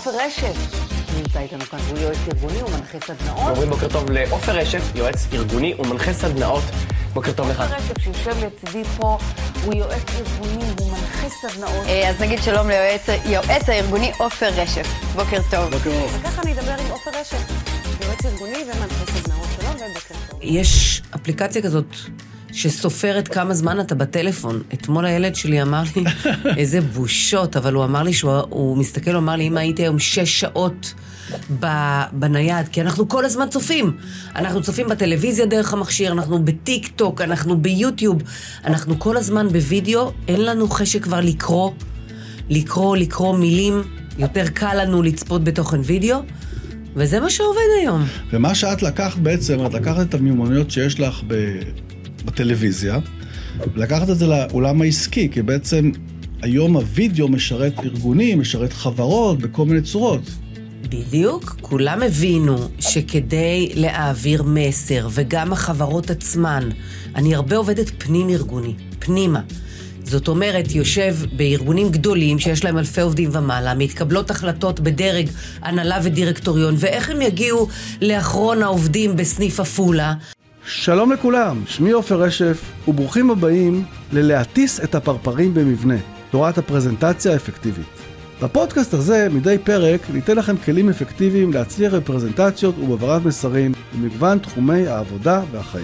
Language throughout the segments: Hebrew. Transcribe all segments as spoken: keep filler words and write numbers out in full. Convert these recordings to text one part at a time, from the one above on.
עופר רשף נמצא איתנו כאן, הוא יועץ ארגוני ומנחה סדנאות. אומרים בוקר טוב לעופר רשף, יועץ ארגוני ומנחה סדנאות. בוקר טוב לך. עופר רשף שיושב לצדי פה, הוא יועץ ארגוני ומנחה סדנאות. אז נגיד שלום ליועץ הארגוני עופר רשף. בוקר טוב. בוקר טוב. וככה אני אדבר עם עופר רשף, יועץ ארגוני ומנחה סדנאות. שלום ובוקר טוב. יש אפליקציה כזאת שסופרת כמה זמן אתה בטלפון. אתמול הילד שלי אמר לי, איזה בושות, אבל הוא אמר לי, שהוא, הוא מסתכל, הוא אמר לי, אמא, הייתי היום שש שעות בנייד, כי אנחנו כל הזמן צופים. אנחנו צופים בטלוויזיה דרך המכשיר, אנחנו בטיק טוק, אנחנו ביוטיוב, אנחנו כל הזמן בווידאו, אין לנו חשק כבר לקרוא, לקרוא, לקרוא מילים, יותר קל לנו לצפות בתוכן וידאו, וזה מה שעובד היום. ומה שאת לקחת בעצם, את לקחת את המיומנויות שיש לך ב... בטלוויזיה, ולקחת את זה לעולם העסקי, כי בעצם היום הווידאו משרת ארגונים, משרת חברות בכל מיני צורות. בדיוק, כולם הבינו שכדי להעביר מסר, וגם החברות עצמן, אני הרבה עובדת פנים ארגוני, פנימה. זאת אומרת, יושב בארגונים גדולים שיש להם אלפי עובדים ומעלה, מתקבלות החלטות בדרג הנהלה ודירקטוריון, ואיך הם יגיעו לאחרון העובדים בסניף עפולה. שלום לכולם, שמי עופר רשף, וברוכים הבאים ללהטיס את הפרפרים במבנה, תורת הפרזנטציה האפקטיבית. בפודקאסט הזה, מדי פרק, ניתן לכם כלים אפקטיביים להצליח בפרזנטציות ובהעברת מסרים במגוון תחומי העבודה והחיים.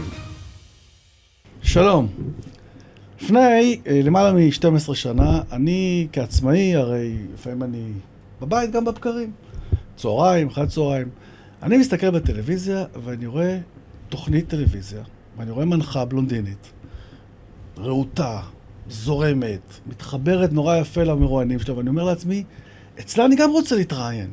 שלום. לפני למעלה מ-שתים עשרה שנה, אני כעצמאי, הרי לפעמים אני בבית גם בבקרים, צהריים, אחרי צהריים, אני מסתכל בטלוויזיה ואני רואה תוכנית טלוויזיה, ואני רואה מנחה בלונדינית, רעותה, זורמת, מתחברת נורא יפה למרואיינים שלה, ואני אומר לעצמי, אצלה אני גם רוצה להתראיין.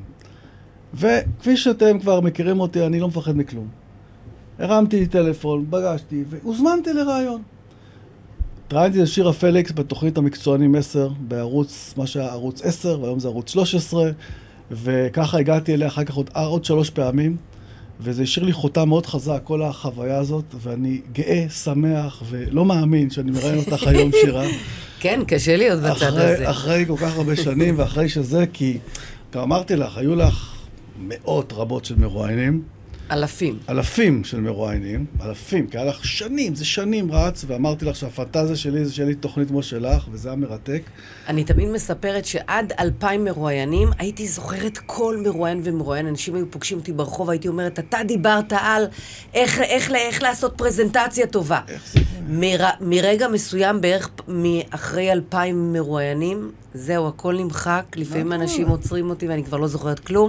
וכפי שאתם כבר מכירים אותי, אני לא מפחד מכלום. הרמתי לי טלפון, פגשתי, והוזמנתי לרעיון. התראיינתי את שירה פליקס בתוכנית המקצוענים עשר, בערוץ, מה שהיה ערוץ עשר, והיום זה ערוץ שלוש עשרה, וככה הגעתי אליה אחר כך עוד, עוד שלוש פעמים, וזה השאיר לי חותם מאוד חזק, כל החוויה הזאת, ואני גאה, שמח, ולא מאמין שאני מראיין אותך היום, שירה. כן, קשה להיות בצד אחרי, הזה. אחרי כל כך הרבה שנים, ואחרי שזה, כי, גם אמרתי לך, היו לך מאות רבות של מרואיינים. אלפים. אלפים של מרואיינים, אלפים, כי היה לך שנים, זה שנים רץ, ואמרתי לך שהפנטזיה שלי זה שיהיה לי תוכנית כמו שלך, וזה היה מרתק. אני תמיד מספרת שעד אלפיים מרואיינים, הייתי זוכרת כל מרואיין ומרואיין, אנשים היו פוגשים אותי ברחוב, הייתי אומרת, אתה דיברת על איך, איך, איך לעשות פרזנטציה טובה. איך זה? מר, מרגע מסוים, בערך מאחרי אלפיים מרואיינים, זהו, הכל נמחק, לפעמים אנשים עוצרים אותי ואני כבר לא זוכרת כלום.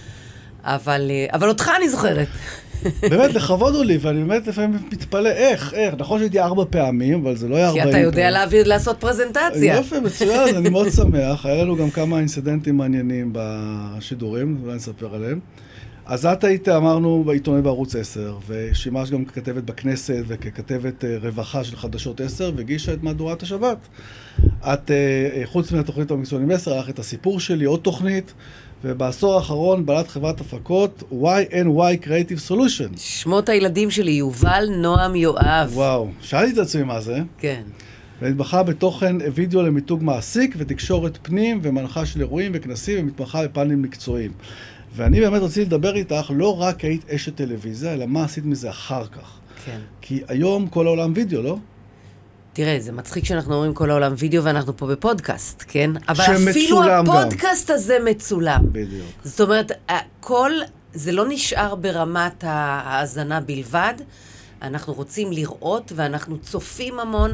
אבל, אבל אותך אני זוכרת. באמת, לכבוד הוא לי, ואני באמת לפעמים מתפלא, איך, איך, נכון שהייתי ארבע פעמים, אבל זה לא היה ארבעים. כי אתה יודע להעביר, לעשות פרזנטציה. יופי, מצוין, אני מאוד שמח. היה לנו גם כמה אינסידנטים מעניינים בשידורים, אולי נספר עליהם. אז את היית, אמרנו, בעיתוני בערוץ עשר, ושימש גם ככתבת בכנסת, וככתבת רווחה של חדשות עשר, והגישה את מהדורת השבת. את, חוץ מהתוכנית המקצוענים עשר, הלך את הסיפור שלי, עוד תוכנית, ובעשור האחרון בעלת חברת הפקות וואי אן וואי Creative Solution. שמות הילדים שלי, יובל, נועם, יואב. וואו, שאלתי את עצמי מה זה. כן. והתמחה בתוכן וידאו למיתוג מעסיק ותקשורת פנים ומנחה של אירועים וכנסים ומתמחה בפאנלים מקצועיים. ואני באמת רציתי לדבר איתך, לא רק היית אשת טלוויזיה, אלא מה עשית מזה אחר כך. כן. כי היום כל העולם וידאו, לא? תראה, זה מצחיק שאנחנו אומרים כל העולם וידאו ואנחנו פה בפודקאסט, כן? אבל שמצולם אפילו גם. הפודקאסט הזה מצולם. בדיוק. זאת אומרת, כל, זה לא נשאר ברמת ההאזנה בלבד, אנחנו רוצים לראות ואנחנו צופים המון,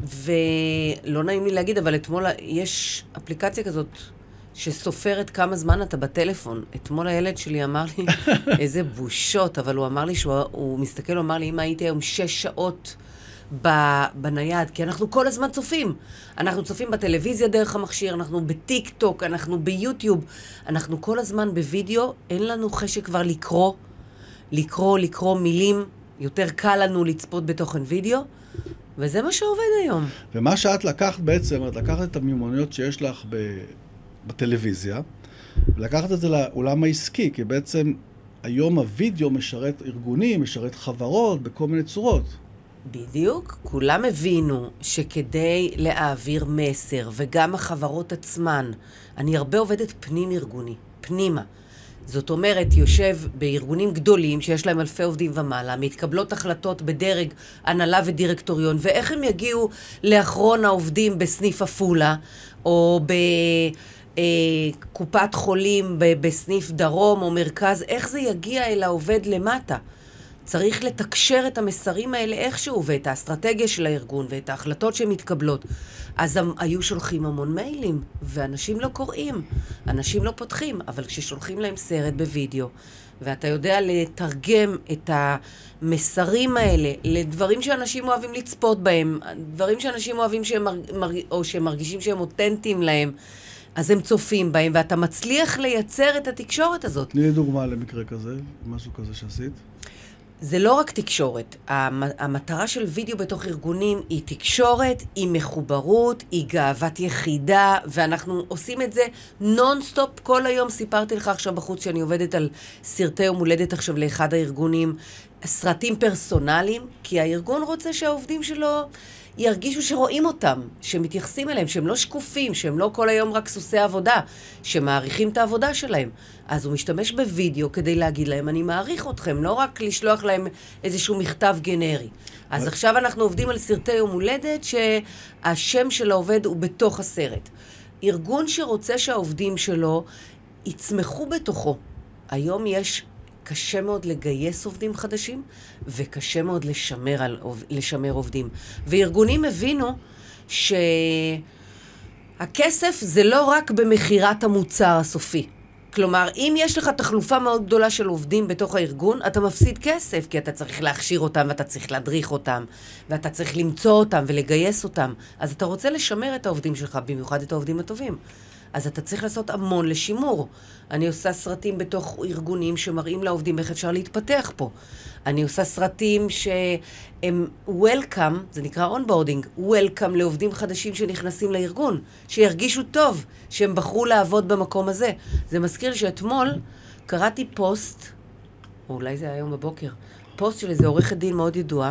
ולא נעים לי להגיד, אבל אתמול יש אפליקציה כזאת שסופרת כמה זמן אתה בטלפון. אתמול הילד שלי אמר לי, איזה בושות, אבל הוא אמר לי, שהוא, הוא מסתכל, הוא אמר לי, אמא, הייתי היום שש שעות בנייד, כי אנחנו כל הזמן צופים. אנחנו צופים בטלוויזיה דרך המכשיר, אנחנו בטיק טוק, אנחנו ביוטיוב, אנחנו כל הזמן בווידאו, אין לנו חשק כבר לקרוא, לקרוא, לקרוא מילים, יותר קל לנו לצפות בתוכן וידאו, וזה מה שעובד היום. ומה שאת לקחת בעצם, את לקחת את המיומנויות שיש לך ב... בטלוויזיה, ולקחת את זה לעולם העסקי, כי בעצם היום הווידאו משרת ארגונים, משרת חברות בכל מיני צורות. בדיוק, כולם הבינו שכדי להעביר מסר, וגם החברות עצמן, אני הרבה עובדת פנים ארגוני, פנימה. זאת אומרת, יושב בארגונים גדולים שיש להם אלפי עובדים ומעלה, מתקבלות החלטות בדרג הנהלה ודירקטוריון, ואיך הם יגיעו לאחרון העובדים בסניף אפולה, או בקופת חולים בסניף דרום או מרכז, איך זה יגיע אל העובד למטה? צריך לתקשר את המסרים האלה איכשהו, ואת האסטרטגיה של הארגון, ואת ההחלטות שמתקבלות. אז היו שולחים המון מיילים, ואנשים לא קוראים, אנשים לא פותחים, אבל כששולחים להם סרט בווידאו, ואתה יודע לתרגם את המסרים האלה לדברים שאנשים אוהבים לצפות בהם, דברים שאנשים אוהבים שהם מרג... או שהם מרגישים שהם אותנטיים להם, אז הם צופים בהם, ואתה מצליח לייצר את התקשורת הזאת. תני לי דוגמה למקרה כזה, משהו כזה שעשית. זה לא רק תקשורת. המטרה של וידאו בתוך ארגונים היא תקשורת, היא מחוברות, היא גאוות יחידה, ואנחנו עושים את זה נונסטופ כל היום. סיפרתי לך עכשיו בחוץ שאני עובדת על סרטי יום הולדת עכשיו לאחד הארגונים, סרטים פרסונליים, כי הארגון רוצה שהעובדים שלו ירגישו שרואים אותם, שמתייחסים אליהם, שהם לא שקופים, שהם לא כל היום רק סוסי עבודה, שמעריכים את העבודה שלהם. אז הוא משתמש בווידאו כדי להגיד להם, אני מעריך אתכם, לא רק לשלוח להם איזשהו מכתב גנרי. אז עכשיו אנחנו עובדים על סרטי יום הולדת, שהשם של העובד הוא בתוך הסרט. ארגון שרוצה שהעובדים שלו יצמחו בתוכו. היום יש קשה מאוד לגייס עובדים חדשים, וקשה מאוד לשמר, על, לשמר עובדים. וארגונים הבינו שהכסף זה לא רק במחירת המוצר הסופי. כלומר, אם יש לך תחלופה מאוד גדולה של עובדים בתוך הארגון, אתה מפסיד כסף, כי אתה צריך להכשיר אותם, ואתה צריך להדריך אותם, ואתה צריך למצוא אותם ולגייס אותם. אז אתה רוצה לשמר את העובדים שלך, במיוחד את העובדים הטובים. אז אתה צריך לעשות המון לשימור. אני עושה סרטים בתוך ארגונים שמראים לעובדים איך אפשר להתפתח פה. אני עושה סרטים שהם welcome, זה נקרא onboarding, welcome לעובדים חדשים שנכנסים לארגון, שירגישו טוב, שהם בחרו לעבוד במקום הזה. זה מזכיר לי שאתמול קראתי פוסט, או אולי זה היום בבוקר, פוסט של איזו עורכת דין מאוד ידועה,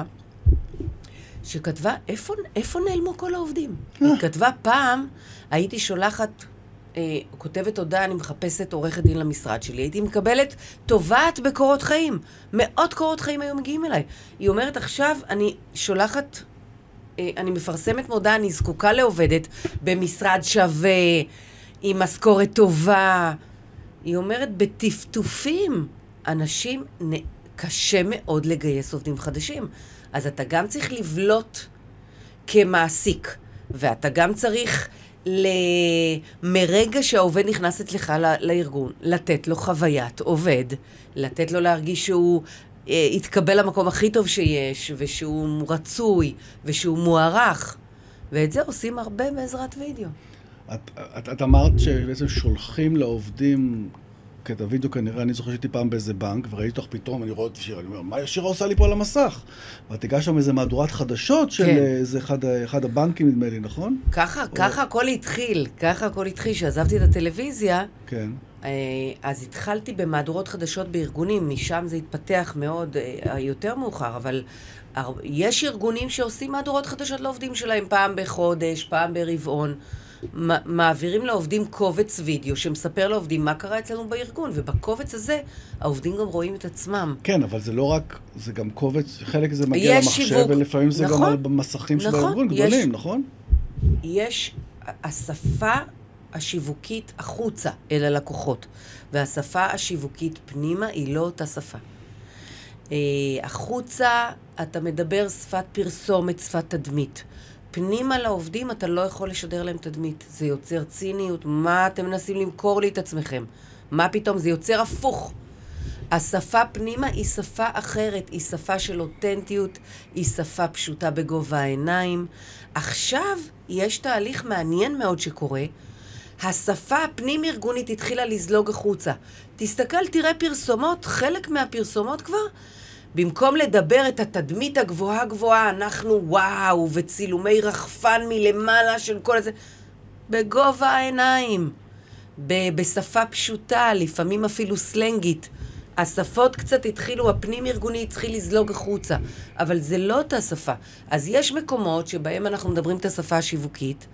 שכתבה, איפה, איפה נעלמו כל העובדים? היא כתבה פעם, הייתי שולחת, אה, כותבת הודעה, אני מחפשת עורכת דין למשרד שלי, הייתי מקבלת תובעת בקורות חיים. מאות קורות חיים היו מגיעים אליי. היא אומרת, עכשיו אני שולחת, אה, אני מפרסמת מודעה, אני זקוקה לעובדת במשרד שווה, עם משכורת טובה. היא אומרת, בטפטופים, אנשים, קשה מאוד לגייס עובדים חדשים. אז אתה גם צריך לבלוט כמעסיק, ואתה גם צריך ל... מרגע שהעובד נכנס אצלך לארגון, לתת לו חוויית עובד, לתת לו להרגיש שהוא אה, יתקבל למקום הכי טוב שיש, ושהוא רצוי, ושהוא מוערך. ואת זה עושים הרבה בעזרת וידאו. את, את, את אמרת שבעצם שולחים לעובדים קטע וידאו, כנראה, אני זוכר שהייתי פעם באיזה בנק, וראיתי אותך פתאום, אני רואה את שירה, אני אומר, מה שירה עושה לי פה על המסך? ואת הגעת שם איזה מהדורת חדשות של איזה אחד, אחד הבנקים, נדמה לי, נכון? ככה, ככה הכל התחיל, ככה הכל התחיל, שעזבתי את הטלוויזיה, כן. אז התחלתי במהדורות חדשות בארגונים, משם זה התפתח מאוד יותר מאוחר, אבל יש ארגונים שעושים מהדורות חדשות לעובדים שלהם פעם בחודש, פעם ברבעון, מעבירים לעובדים קובץ וידאו שמספר לעובדים מה קרה אצלנו בארגון, ובקובץ הזה העובדים גם רואים את עצמם. כן, אבל זה לא רק, זה גם קובץ, חלק זה מגיע למחשב, שיווק, ולפעמים זה נכון, גם במסכים נכון, של הארגון, גדולים, יש, נכון? יש השפה השיווקית החוצה אל הלקוחות, והשפה השיווקית פנימה היא לא אותה שפה. החוצה אתה מדבר שפת פרסומת, שפת תדמית. פנימה לעובדים אתה לא יכול לשדר להם תדמית. זה יוצר ציניות. מה אתם מנסים למכור לי את עצמכם? מה פתאום? זה יוצר הפוך. השפה פנימה היא שפה אחרת. היא שפה של אותנטיות. היא שפה פשוטה בגובה העיניים. עכשיו יש תהליך מעניין מאוד שקורה. השפה הפנים-ארגונית התחילה לזלוג החוצה. תסתכל, תראה פרסומות. חלק מהפרסומות כבר במקום לדבר את התדמית הגבוהה גבוהה, אנחנו וואו, וצילומי רחפן מלמעלה של כל הזה, בגובה העיניים, ב- בשפה פשוטה, לפעמים אפילו סלנגית. השפות קצת התחילו, הפנים ארגוני התחיל לזלוג החוצה, אבל זה לא אותה שפה. אז יש מקומות שבהם אנחנו מדברים את השפה השיווקית,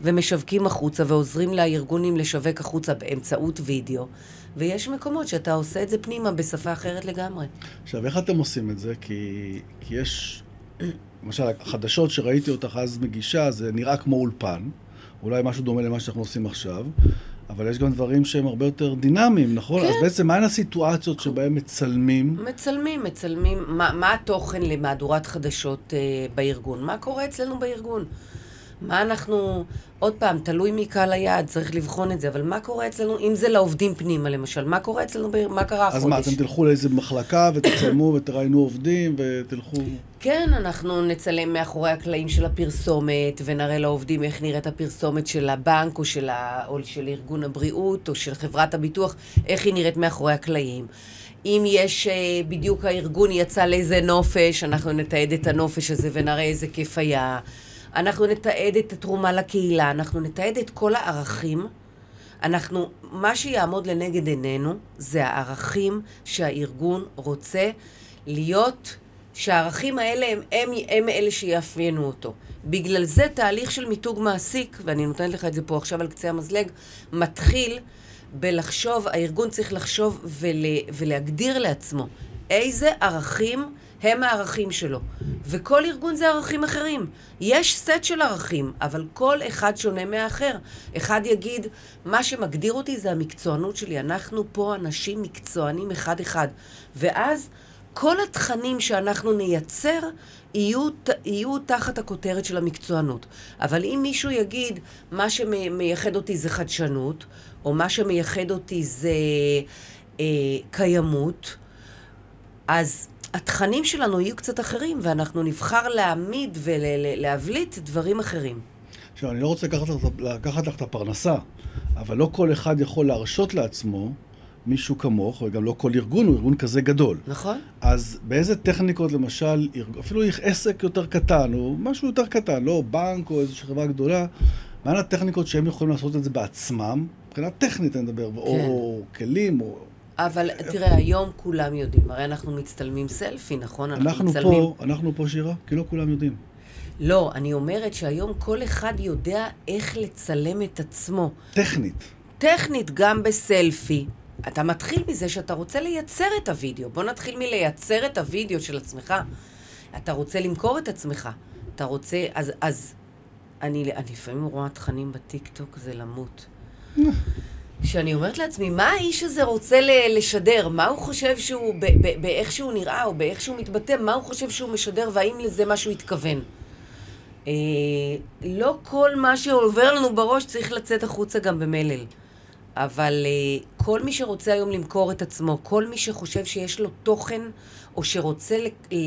ומשווקים החוצה, ועוזרים לארגונים לשווק החוצה באמצעות וידאו, ויש מקומות שאתה עושה את זה פנימה בשפה אחרת לגמרי. עכשיו, איך אתם עושים את זה? כי, כי יש, למשל, החדשות שראיתי אותך אז מגישה, זה נראה כמו אולפן, אולי משהו דומה למה שאנחנו עושים עכשיו, אבל יש גם דברים שהם הרבה יותר דינמיים, נכון? כן. אז בעצם, מהן הסיטואציות שבהם מצלמים? מצלמים, מצלמים. מה, מה התוכן למהדורת חדשות אה, בארגון? מה קורה אצלנו בארגון? מה אנחנו, עוד פעם, תלוי מקהל היעד, צריך לבחון את זה, אבל מה קורה אצלנו, אם זה לעובדים פנימה למשל, מה קורה אצלנו, מה קרה החודש? אז מה, אתם תלכו לאיזה מחלקה ותצלמו ותראיינו עובדים ותלכו... כן, אנחנו נצלם מאחורי הקלעים של הפרסומת, ונראה לעובדים איך נראית הפרסומת של הבנק, או של, ה... או של ארגון הבריאות, או של חברת הביטוח, איך היא נראית מאחורי הקלעים. אם יש בדיוק הארגון יצא לאיזה נופש, אנחנו נתעד את הנופש הזה ונראה איזה כיף היה. אנחנו נתעד את התרומה לקהילה, אנחנו נתעד את כל הערכים. אנחנו, מה שיעמוד לנגד עינינו, זה הערכים שהארגון רוצה להיות, שהערכים האלה הם, הם, הם אלה שיאפיינו אותו. בגלל זה תהליך של מיתוג מעסיק, ואני נותנת לך את זה פה עכשיו על קצה המזלג, מתחיל בלחשוב, הארגון צריך לחשוב ולה, ולהגדיר לעצמו איזה ערכים הם הערכים שלו. וכל ארגון זה ערכים אחרים. יש סט של ערכים, אבל כל אחד שונה מהאחר. אחד יגיד, מה שמגדיר אותי זה המקצוענות שלי. אנחנו פה אנשים מקצוענים אחד-אחד. ואז כל התכנים שאנחנו נייצר יהיו, יהיו תחת הכותרת של המקצוענות. אבל אם מישהו יגיד, מה שמייחד אותי זה חדשנות, או מה שמייחד אותי זה אה, קיימות, אז התכנים שלנו יהיו קצת אחרים, ואנחנו נבחר להעמיד ולהבליט דברים אחרים. עכשיו, אני לא רוצה לקחת, לקחת לך את הפרנסה, אבל לא כל אחד יכול להרשות לעצמו מישהו כמוך, וגם לא כל ארגון הוא ארגון כזה גדול. נכון. אז באיזה טכניקות, למשל, אפילו עסק יותר קטן, או משהו יותר קטן, לא בנק או איזושהי חברה גדולה, מהן הטכניקות שהם יכולים לעשות את זה בעצמם, מבחינה טכנית אני מדבר, כן. או כלים, או... אבל תראה, היום כולם יודעים, הרי אנחנו מצטלמים סלפי, נכון? אנחנו, אנחנו מצלמים... פה, אנחנו פה שירה, כי לא כולם יודעים. לא, אני אומרת שהיום כל אחד יודע איך לצלם את עצמו. טכנית. טכנית, גם בסלפי. אתה מתחיל מזה שאתה רוצה לייצר את הוידאו. בוא נתחיל מלייצר את הוידאו של עצמך. אתה רוצה למכור את עצמך. אתה רוצה, אז, אז, אני, אני לפעמים רואה תכנים בטיקטוק, זה למות. שאני אומרת לעצמי, מה האיש הזה רוצה לשדר? מה הוא חושב שהוא, באיך שהוא נראה, או באיך שהוא מתבטא, מה הוא חושב שהוא משדר, והאם לזה משהו התכוון? אה, לא כל מה שעובר לנו בראש צריך לצאת החוצה גם במלל. אבל אה, כל מי שרוצה היום למכור את עצמו, כל מי שחושב שיש לו תוכן, או שרוצה ל, ל,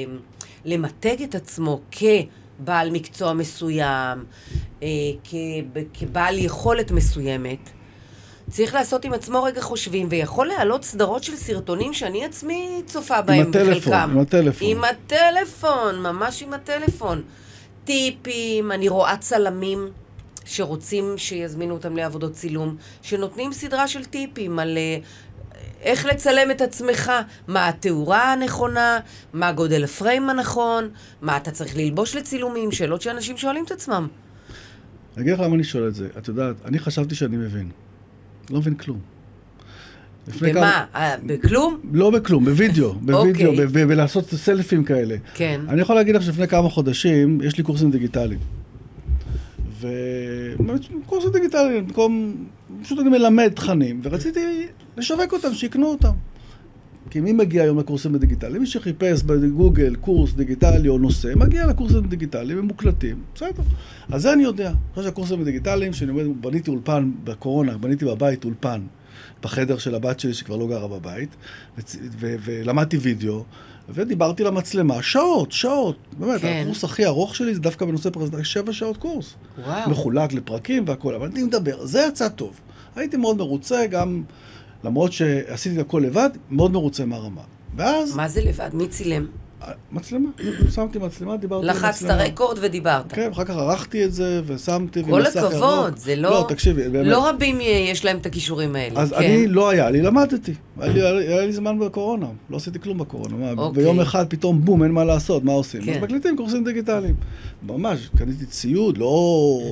למתג את עצמו כבעל מקצוע מסוים, אה, כ, כבעל יכולת מסוימת, צריך לעשות עם עצמו רגע חושבים, ויכול להעלות סדרות של סרטונים שאני עצמי צופה בהם הטלפון, בחלקם. עם הטלפון. עם הטלפון, ממש עם הטלפון. טיפים, אני רואה צלמים שרוצים שיזמינו אותם לעבודות צילום, שנותנים סדרה של טיפים על איך לצלם את עצמך, מה התאורה הנכונה, מה גודל הפריים הנכון, מה אתה צריך ללבוש לצילומים, שאלות שאנשים שואלים את עצמם. אני אגיד לך למה אני שואל את זה. את יודעת, אני חשבתי שאני מבין. לא מבין כלום. במה? בכלום? לא בכלום, בווידאו, בווידאו, ולעשות סלפים כאלה. כן. אני יכול להגיד לך שלפני כמה חודשים, יש לי קורסים דיגיטליים. וקורסים דיגיטליים, במקום, פשוט אני מלמד תכנים, ורציתי לשווק אותם, שיקנו אותם. כי מי מגיע היום לקורסים הדיגיטליים? מי שחיפש בגוגל קורס דיגיטלי או נושא, מגיע לקורסים הדיגיטליים, הם מוקלטים, בסדר. אז זה אני יודע. אחרי שהקורסים הדיגיטליים, שאני אומר, בניתי אולפן בקורונה, בניתי בבית אולפן, בחדר של הבת שלי שכבר לא גרה בבית, ולמדתי וידאו, ודיברתי למצלמה, שעות, שעות. באמת, כן. הקורס הכי ארוך שלי זה דווקא בנושא פרזנטציה, שבע שעות קורס. וואו. מחולק לפרקים והכל, אבל אני מדבר, זה יצא טוב. הייתי מאוד מרוצה, גם למרות שעשיתי את הכל לבד, מאוד מרוצה מהרמה. ואז... מה זה לבד? מי צילם? מצלמה. שמתי מצלמה, דיברתי למצלמה. לחצת רקורד ודיברת. כן, אחר כך ערכתי את זה, ושמתי... כל הכבוד, זה לא... לא, תקשיבי, באמת. לא רבים יש להם את הכישורים האלה. אז אני לא היה לי, למדתי. היה לי זמן בקורונה, לא עשיתי כלום בקורונה. ביום אחד פתאום בום, אין מה לעשות, מה עושים? אז מקליטים קורסים דיגיטליים. ממש, קניתי ציוד, לא...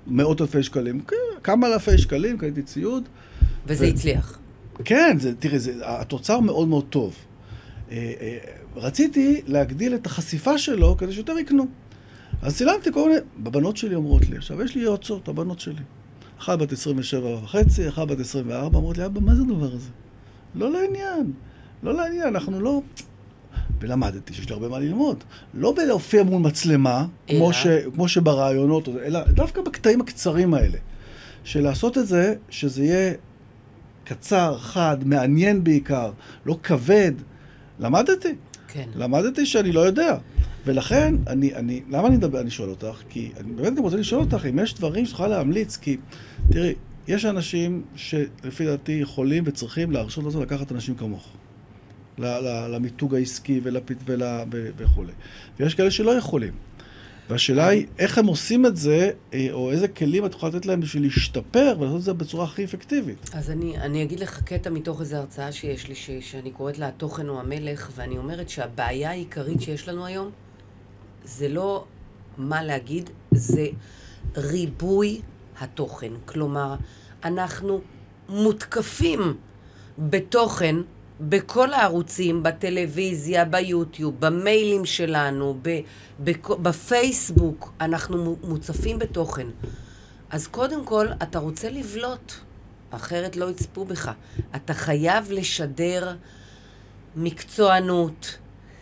מאות אלפי שקלים, כמה אלפי שקלים, קניתי ציוד. וזה הצליח. כן, זה, תראי, זה, התוצר מאוד מאוד טוב. רציתי להגדיל את החשיפה שלו כדי שיותר יקנו. אז צילמתי כל מיני, בבנות שלי אומרות לי, עכשיו יש לי יועצות, הבנות שלי. אחת בת עשרים ושבע וחצי, אחת בת עשרים וארבע, אמרות לי, אבא, מה זה הדבר הזה? לא לעניין, לא לעניין, אנחנו לא... ולמדתי שיש לי הרבה מה ללמוד. לא בלהופיע מול מצלמה, כמו, ש, כמו שברעיונות, אלא דווקא בקטעים הקצרים האלה. של לעשות את זה, שזה יהיה קצר, חד, מעניין בעיקר, לא כבד. למדתי. כן. למדתי שאני לא יודע. ולכן, אני, אני, למה אני מדבר, אני שואל אותך? כי אני באמת גם רוצה לשאול אותך, אם יש דברים שתוכל להמליץ, כי, תראי, יש אנשים שלפי דעתי יכולים וצריכים להרשות לזה לקחת אנשים כמוך. למיתוג העסקי וכו'. ויש כאלה שלא יכולים. והשאלה היא, איך הם עושים את זה, או איזה כלים את יכולה לתת להם בשביל להשתפר, ולעשות את זה בצורה הכי אפקטיבית. אז אני, אני אגיד לך קטע מתוך איזו הרצאה שיש לי, ש, שאני קוראת לה התוכן הוא המלך, ואני אומרת שהבעיה העיקרית שיש לנו היום, זה לא מה להגיד, זה ריבוי התוכן. כלומר, אנחנו מותקפים בתוכן, בכל הערוצים, בטלוויזיה, ביוטיוב, במיילים שלנו, בפייסבוק, אנחנו מוצפים בתוכן. אז קודם כל, אתה רוצה לבלוט, אחרת לא יצפו בך. אתה חייב לשדר מקצוענות,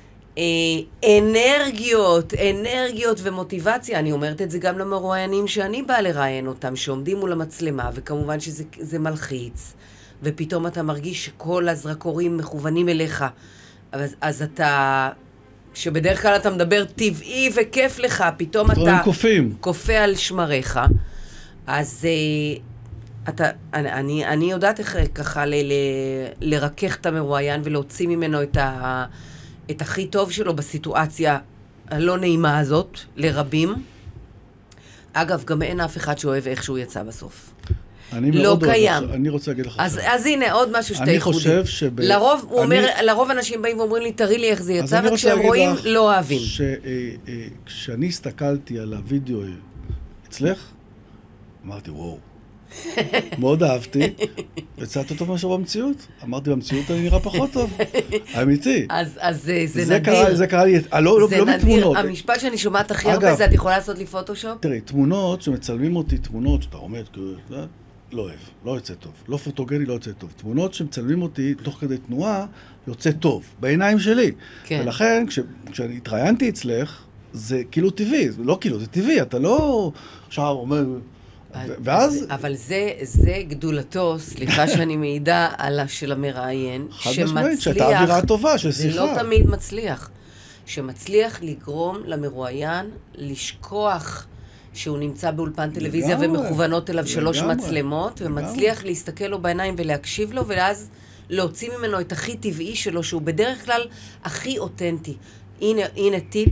אנרגיות, אנרגיות ומוטיבציה. אני אומרת את זה גם למרואיינים שאני באה לראיין אותם, שעומדים מול המצלמה, וכמובן שזה מלחיץ. ופתאום אתה מרגיש שכל הזרקורים מכוונים אליך. אז, אז אתה, שבדרך כלל אתה מדבר טבעי וכיף לך, פתאום אתה קופים. קופא על שמריך. אז אתה, אני, אני יודעת איך ככה ל, ל, לרכך את המרואיין ולהוציא ממנו את, ה, את הכי טוב שלו בסיטואציה הלא נעימה הזאת, לרבים. אגב, גם אין אף אחד שאוהב איך שהוא יצא בסוף. אני לא קיים. אני רוצה להגיד לך. אז, אז הנה, עוד משהו שאתה ייחודי. אני חושב שב... לרוב, הוא אני... אומר, לרוב אנשים באים ואומרים לי, תראי לי איך זה יצא, וכשהם רואים, לא אוהבים. כשאני הסתכלתי על הוידאו אצלך, אמרתי, וואו, מאוד אהבתי, יצאת טוב משהו במציאות. אמרתי, במציאות אני נראה פחות טוב. אמיתי. אז, אז זה, זה, זה נדיר. קרה, זה קרה לי, לא, לא, זה לא נדיר. בתמונות. המשפט שאני שומעת הכי הרבה זה, את יכולה לעשות לי פוטושופ? תראי, תמונות שמצלמים אותי, תמונות שאתה עומד, לא אוהב, לא יוצא טוב. לא פוטוגני, לא יוצא טוב. תמונות שמצלמים אותי תוך כדי תנועה, יוצא טוב, בעיניים שלי. כן. ולכן, כש, כשאני התראיינתי אצלך, זה כאילו טבעי, זה לא כאילו, זה טבעי, אתה לא עכשיו אומר... ואז... אבל זה, זה גדולתו, סליחה שאני מעידה על של המראיין, שמצליח, שאתה אווירה טובה, של שיחה. זה לא תמיד מצליח. שמצליח לגרום למרואיין לשכוח שהוא נמצא באולפן טלוויזיה ומכוונות אליו שלוש מצלמות, ומצליח להסתכל לו בעיניים ולהקשיב לו, ואז להוציא ממנו את הכי טבעי שלו, שהוא בדרך כלל הכי אותנטי. הנה, הנה טיפ.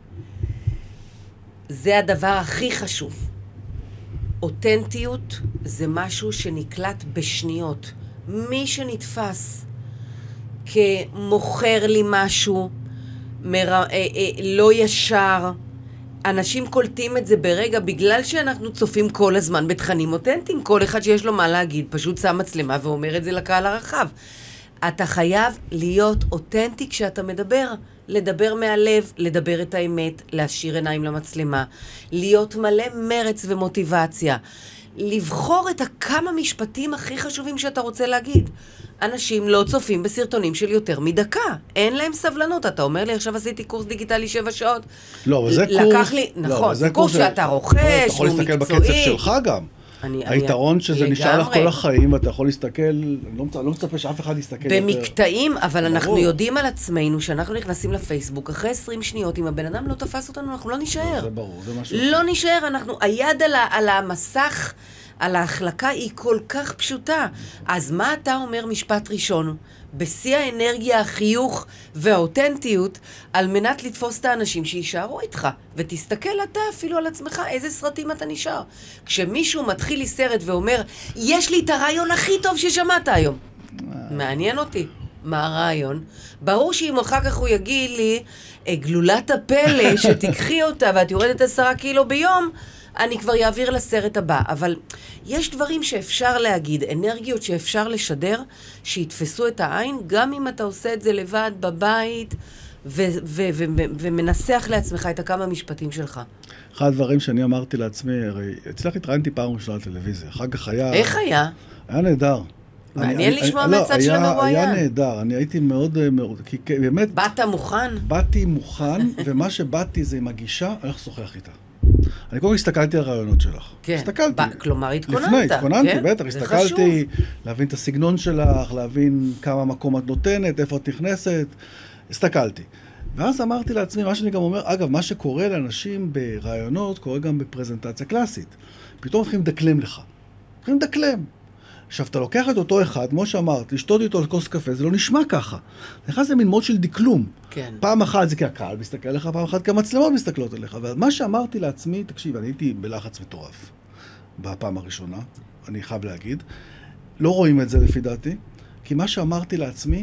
זה הדבר הכי חשוב. אותנטיות זה משהו שנקלט בשניות. מי שנתפס כמוכר לי משהו, מר... אה, אה, לא ישר, אנשים קולטים את זה ברגע, בגלל שאנחנו צופים כל הזמן בתכנים אותנטיים. כל אחד שיש לו מה להגיד, פשוט שם מצלמה ואומר את זה לקהל הרחב. אתה חייב להיות אותנטי כשאתה מדבר. לדבר מהלב, לדבר את האמת, להשאיר עיניים למצלמה, להיות מלא מרץ ומוטיבציה, לבחור את הכמה משפטים הכי חשובים שאתה רוצה להגיד. אנשים לא צופים בסרטונים של יותר מדקה, אין להם סבלנות. אתה אומר לי, עכשיו עשיתי קורס דיגיטלי שבע שעות. לא, אבל זה לקח קורס... לי, לא, נכון, זה קורס קורס שאתה רוכש, הוא מקצועי. אתה יכול להסתכל בקצב שלך גם. אני, היתרון אני, שזה לגמרי. נשאר לך כל החיים, ואתה יכול להסתכל, אני לא, מצ... לא מצפה שאף אחד יסתכל במקטעים, יותר. אבל ברור. אנחנו יודעים על עצמנו, שאנחנו נכנסים לפייסבוק, אחרי עשרים שניות, אם הבן אדם לא תפס אותנו, אנחנו לא נשאר. זה ברור, זה משהו. לא נשאר, אנחנו, היד על, ה, על המסך, על ההחלקה היא כל כך פשוטה. אז מה אתה אומר משפט ראשון? בשיא האנרגיה, החיוך והאותנטיות, על מנת לתפוס את האנשים שישארו איתך. ותסתכל אתה אפילו על עצמך, איזה סרטים אתה נשאר. כשמישהו מתחיל לי סרט ואומר, יש לי את הרעיון הכי טוב ששמעת היום. מעניין אותי. מה הרעיון? ברור שאם אחר כך הוא יגיד לי, גלולת הפלא שתקחי אותה ואת יורדת עשרה קילו ביום, אני כבר יעביר לסרט הבא, אבל יש דברים שאפשר להגיד, אנרגיות שאפשר לשדר, שיתפסו את העין, גם אם אתה עושה את זה לבד בבית, ו- ו- ו- ו- ומנסח לעצמך את הכמה משפטים שלך. אחד הדברים שאני אמרתי לעצמי, הרי אצלך התראיינתי פעם ראשונה לטלוויזיה, אחר כך היה... איך היה? היה נהדר. מעניין אני, לשמוע אני, מהצד לא, של היה, המרואיין. היה נהדר, אני הייתי מאוד, מאוד, כי באמת... באת מוכן? באתי מוכן, ומה שבאתי זה עם הגישה, אני הולך לשוחח איתה. אני קודם הסתכלתי על הרעיונות שלך. כן. הסתכלתי. ב- כלומר, התכוננת. לפני, התכוננתי, כן? בטח, זה הסתכלתי, חשוב. להבין את הסגנון שלך, להבין כמה מקום את נותנת, איפה את נכנסת, הסתכלתי. ואז אמרתי לעצמי, מה שאני גם אומר, אגב, מה שקורה לאנשים ברעיונות, קורה גם בפרזנטציה קלאסית. פתאום מתחילים לדקלם לך. מתחילים לדקלם. עכשיו, אתה לוקח את אותו אחד, כמו שאמרת, לשתות איתו לכוס קפה, זה לא נשמע ככה. זה נכנס למין מוד של דקלום. כן. פעם אחת זה כי הקהל מסתכל עליך, פעם אחת כי המצלמות מסתכלות עליך. ומה שאמרתי לעצמי, תקשיב, אני הייתי בלחץ מטורף בפעם הראשונה, אני חייב להגיד. לא רואים את זה לפי דעתי, כי מה שאמרתי לעצמי,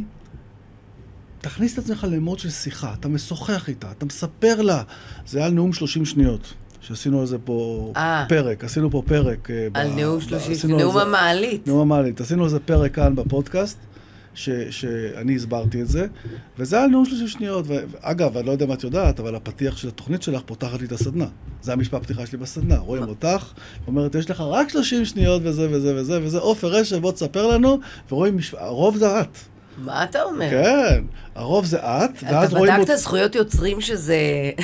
תכניס את עצמך למוד של שיחה, אתה משוחח איתה, אתה מספר לה. זה היה נאום שלושים שניות. שעשינו על זה פה 아, פרק, עשינו פה פרק. על ב, נאום שלושים, נאום זה, המעלית. נאום המעלית. עשינו על זה פרק כאן בפודקאסט, ש, שאני הסברתי את זה, וזה היה נאום שלושים שניות. ואגב, אני לא יודע מה את יודעת, אבל הפתיח של התוכנית שלך פותחת לי את הסדנה. זה המשפט פתיחה שלי בסדנה. רואים אותך, אומרת, יש לך רק שלושים שניות וזה וזה וזה, וזה עופר רשף, בוא תספר לנו, ורואים, הרוב זה את. מה אתה אומר? כן, הרוב זה את, ואז רואים... אתה בדקת זכויות יוצרים שזה...